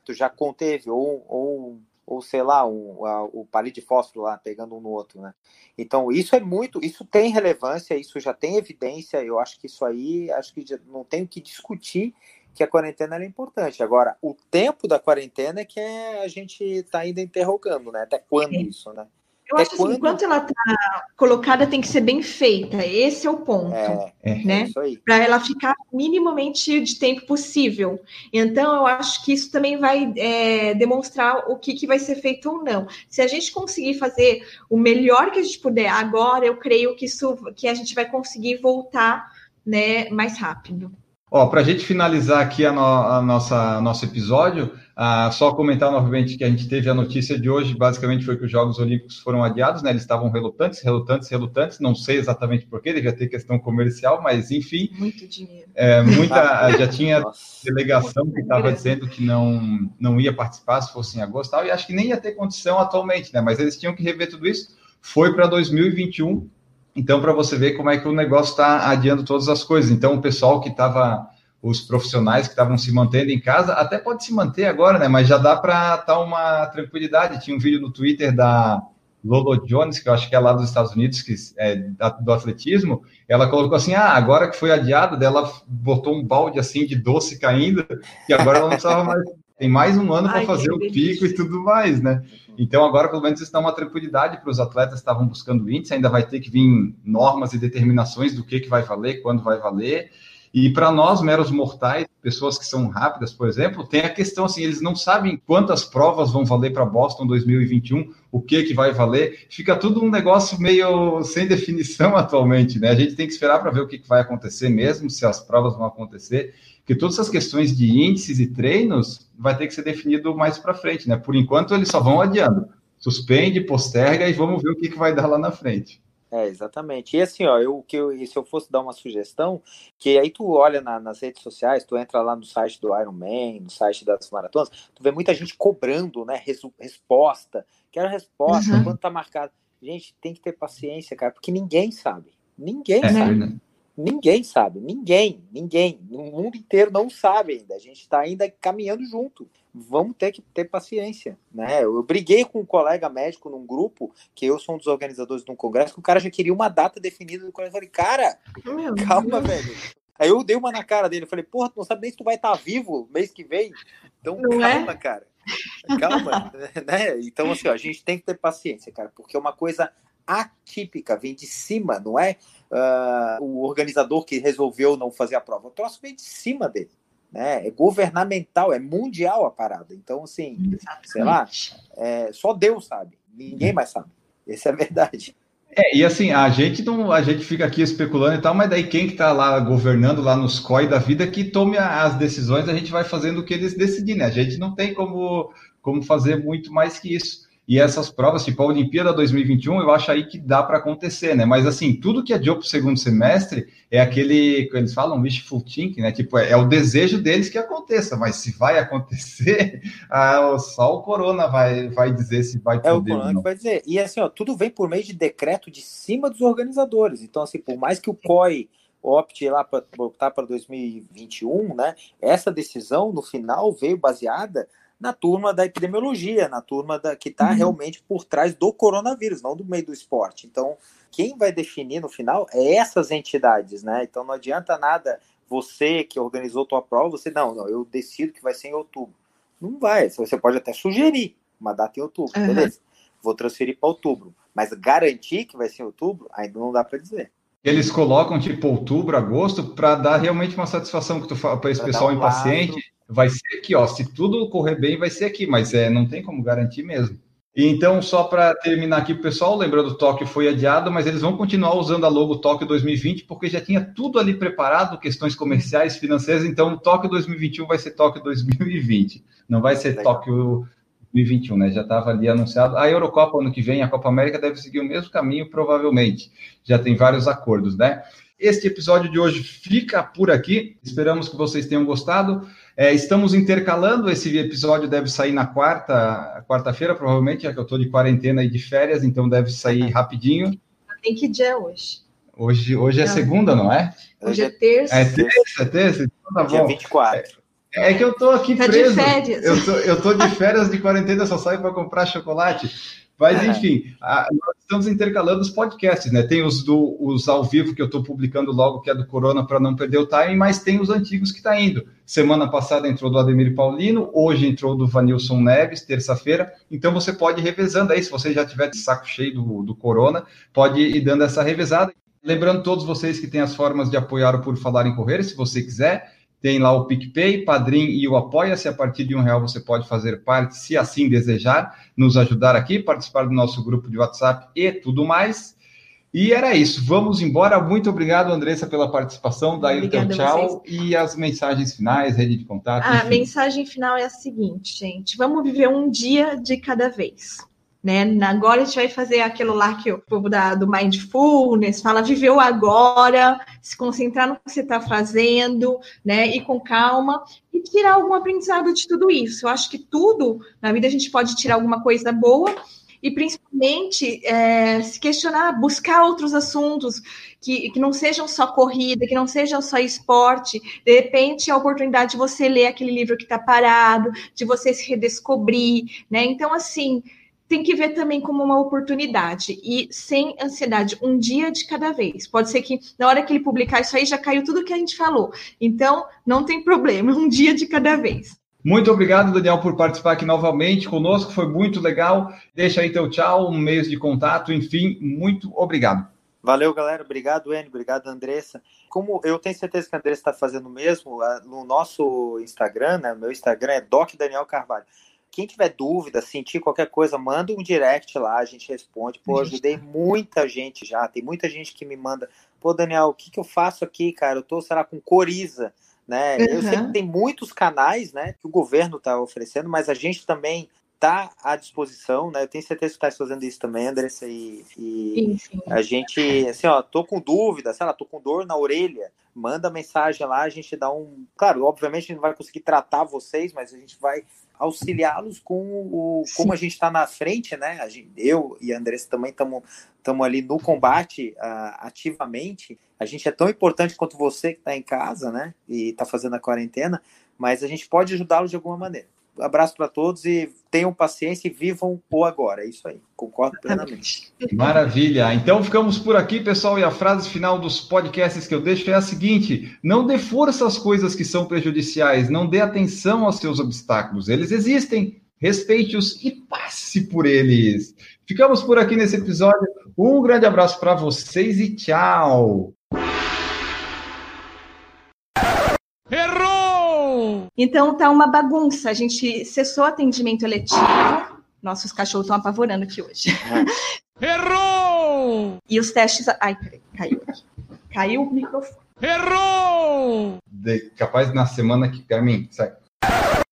tu já conteve, ou, ou, ou sei lá, um, a, o palito de fósforo lá, pegando um no outro, né? Então, isso é muito, isso tem relevância, isso já tem evidência, eu acho que isso aí, acho que já não tem o que discutir, que a quarentena é importante. Agora, o tempo da quarentena é que é, a gente está ainda interrogando, né? Até quando isso, né?
Eu acho que assim, enquanto ela está colocada, tem que ser bem feita. Esse é o ponto,
é,
né?
É isso aí.
Para ela ficar minimamente de tempo possível. Então, eu acho que isso também vai é, demonstrar o que, que vai ser feito ou não. Se a gente conseguir fazer o melhor que a gente puder agora, eu creio que isso, que a gente vai conseguir voltar, né, mais rápido.
Ó, para a gente finalizar aqui a, no, a nossa nosso episódio, ah, só comentar novamente que a gente teve a notícia de hoje, basicamente foi que os Jogos Olímpicos foram adiados, né? Eles estavam relutantes, relutantes, relutantes, não sei exatamente porquê, devia ter questão comercial, mas enfim.
Muito dinheiro.
É, muita, já tinha delegação que estava dizendo que não, não ia participar se fosse em agosto, tal, e acho que nem ia ter condição atualmente, né? Mas eles tinham que rever tudo isso. Foi para dois mil e vinte e um. Então, para você ver como é que o negócio está adiando todas as coisas. Então, o pessoal que estava, os profissionais que estavam se mantendo em casa, até pode se manter agora, né? Mas já dá para estar uma tranquilidade. Tinha um vídeo no Twitter da Lolo Jones, que eu acho que é lá dos Estados Unidos, que é do atletismo. Ela colocou assim, ah, agora que foi adiado, ela botou um balde assim de doce caindo, e agora ela não precisava mais... Tem mais um ano para fazer o pico e tudo mais, né? Então, agora, pelo menos, está uma tranquilidade para os atletas que estavam buscando índice. Ainda vai ter que vir normas e determinações do que, que vai valer, quando vai valer. E para nós, meros mortais, pessoas que são rápidas, por exemplo, tem a questão assim, eles não sabem quantas provas vão valer para Boston dois mil e vinte e um, o que, que vai valer. Fica tudo um negócio meio sem definição atualmente, né? A gente tem que esperar para ver o que, que vai acontecer mesmo, se as provas vão acontecer. Porque todas essas questões de índices e treinos vai ter que ser definido mais para frente, né? Por enquanto, eles só vão adiando. Suspende, posterga e vamos ver o que, que vai dar lá na frente.
É, exatamente. E assim, ó, eu, que eu, se eu fosse dar uma sugestão, que aí tu olha na, nas redes sociais, tu entra lá no site do Ironman, no site das maratonas, tu vê muita gente cobrando, né, res, resposta, quero resposta,
Uhum.
quando tá marcado. Gente, tem que ter paciência, cara, porque ninguém sabe. Ninguém
É,
sabe.
né?
Ninguém sabe, ninguém, ninguém, no mundo inteiro não sabe ainda, a gente está ainda caminhando junto, vamos ter que ter paciência, né? Eu briguei com um colega médico num grupo, que eu sou um dos organizadores de um congresso, que o cara já queria uma data definida do congresso, eu falei, cara,
Meu
calma,
Deus.
velho. Aí eu dei uma na cara dele, eu falei, porra, tu não sabe nem se tu vai estar vivo mês que vem, então
Não
calma,
é?
cara, calma, né? Então assim, ó, a gente tem que ter paciência, cara, porque é uma coisa atípica, vem de cima, não é uh, o organizador que resolveu não fazer a prova, o troço vem de cima dele, né? É governamental, é mundial a parada, então assim,
Exatamente.
sei lá, é, só Deus sabe, ninguém mais sabe, essa é a verdade.
É, e assim, a gente não, a gente fica aqui especulando e tal, mas daí quem que tá lá governando lá nos C O I da vida que tome as decisões, a gente vai fazendo o que eles decidirem, né? A gente não tem como, como fazer muito mais que isso. E essas provas, tipo a Olimpíada dois mil e vinte e um, eu acho aí que dá para acontecer, né? Mas assim, tudo que adiou para o segundo semestre é aquele, eles falam wishful thinking, né? Tipo, é, é o desejo deles que aconteça, mas se vai acontecer, ah, só o Corona vai, vai dizer se vai poder
É o
ou
Corona
não.
que vai dizer. E assim, ó, tudo vem por meio de decreto de cima dos organizadores. Então, assim, por mais que o C O I opte lá para botar para dois mil e vinte e um, né? Essa decisão, no final, veio baseada na turma da epidemiologia, na turma da, que está uhum. realmente por trás do coronavírus, não do meio do esporte. Então, quem vai definir no final é essas entidades, né? Então, não adianta nada você que organizou tua prova, você, não, não, eu decido que vai ser em outubro. Não vai, você pode até sugerir uma data em outubro, uhum. beleza, vou transferir para outubro, mas garantir que vai ser em outubro, ainda não dá para dizer.
Eles colocam tipo outubro, agosto, para dar realmente uma satisfação que tu fala para esse pra pessoal um impaciente. Lado. Vai ser aqui, ó. Se tudo correr bem, vai ser aqui, mas é, não tem como garantir mesmo. E então, só para terminar aqui, pessoal, lembrando, Tóquio foi adiado, mas eles vão continuar usando a logo Tóquio dois mil e vinte, porque já tinha tudo ali preparado, questões comerciais, financeiras. Então, Tóquio dois mil e vinte e um vai ser Tóquio dois mil e vinte. Não vai ser Legal. Tóquio dois mil e vinte e um, né? Já estava ali anunciado. A Eurocopa, ano que vem, a Copa América deve seguir o mesmo caminho, provavelmente. Já tem vários acordos, né? Este episódio de hoje fica por aqui. Esperamos que vocês tenham gostado. É, estamos intercalando. Esse episódio deve sair na quarta, quarta-feira, provavelmente, já que eu estou de quarentena e de férias, então deve sair rapidinho.
Tem que dia hoje?
Hoje, hoje é segunda, não é?
Hoje é terça.
É terça, é terça. Então tá
dia
bom.
vinte e quatro.
É que eu tô aqui
tá
preso.
De férias.
Eu tô, eu tô de férias de quarentena, só saio para comprar chocolate. Mas, enfim, a, nós estamos intercalando os podcasts, né? Tem os, do, os ao vivo que eu estou publicando logo, que é do Corona, para não perder o timing, mas tem os antigos que está indo. Semana passada entrou do Ademir Paulino, hoje entrou do Vanilson Neves, terça-feira. Então, você pode ir revezando aí, se você já tiver de saco cheio do, do Corona, pode ir dando essa revezada. Lembrando todos vocês que têm as formas de apoiar o Por Falar em Correr, se você quiser. Tem lá o PicPay, Padrim e o Apoia-se. A partir de um real você pode fazer parte, se assim desejar, nos ajudar aqui, participar do nosso grupo de WhatsApp e tudo mais. E era isso. Vamos embora. Muito obrigado, Andressa, pela participação. Daí o teu tchau e as mensagens finais, rede de contato.
A
enfim.
mensagem final é a seguinte, gente. Vamos viver um dia de cada vez. Né? Agora a gente vai fazer aquilo lá que o povo da, do Mindfulness fala, viver o agora, se concentrar no que você está fazendo, né? E com calma, e tirar algum aprendizado de tudo isso. Eu acho que tudo na vida a gente pode tirar alguma coisa boa, e principalmente é, se questionar, buscar outros assuntos que, que não sejam só corrida, que não sejam só esporte. De repente, a oportunidade de você ler aquele livro que está parado, de você se redescobrir, né? Então, assim, tem que ver também como uma oportunidade e sem ansiedade, um dia de cada vez. Pode ser que na hora que ele publicar isso aí já caiu tudo que a gente falou. Então, não tem problema, um dia de cada vez.
Muito obrigado, Daniel, por participar aqui novamente conosco, foi muito legal. Deixa aí teu tchau, um meio de contato, enfim, muito obrigado.
Valeu, galera. Obrigado, Enio. Obrigado, Andressa. Como eu tenho certeza que a Andressa está fazendo o mesmo, no nosso Instagram, né? Meu Instagram é Doc Daniel Carvalho. Quem tiver dúvida, sentir qualquer coisa, manda um direct lá, a gente responde. Pô, ajudei muita gente já, tem muita gente que me manda, pô, Daniel, o que, que eu faço aqui, cara? Eu tô, sei lá, com coriza, né? Uhum. Eu sei que tem muitos canais, né, que o governo tá oferecendo, mas a gente também tá à disposição, né? Eu tenho certeza que tá fazendo isso também, Andressa, e, e sim, sim. A gente, assim, ó, tô com dúvida, sei lá, tô com dor na orelha, manda mensagem lá, a gente dá um... Claro, obviamente a gente não vai conseguir tratar vocês, mas a gente vai auxiliá-los com o... Sim. Como a gente está na frente, né? A gente, eu e a Andressa também estamos ali no combate uh, ativamente. A gente é tão importante quanto você que está em casa, né? E está fazendo a quarentena, mas a gente pode ajudá-los de alguma maneira. Abraço para todos e tenham paciência e vivam o agora. É isso aí, concordo plenamente.
Maravilha. Então ficamos por aqui, pessoal, e a frase final dos podcasts que eu deixo é a seguinte: não dê força às coisas que são prejudiciais, não dê atenção aos seus obstáculos. Eles existem, respeite-os e passe por eles. Ficamos por aqui nesse episódio. Um grande abraço para vocês e tchau.
Então tá uma bagunça, a gente cessou atendimento eletivo, nossos cachorros estão apavorando aqui hoje.
Errou!
E os testes... Ai, peraí, caiu aqui. Caiu o microfone.
Errou!
De... Capaz na semana que... Carmin, sai.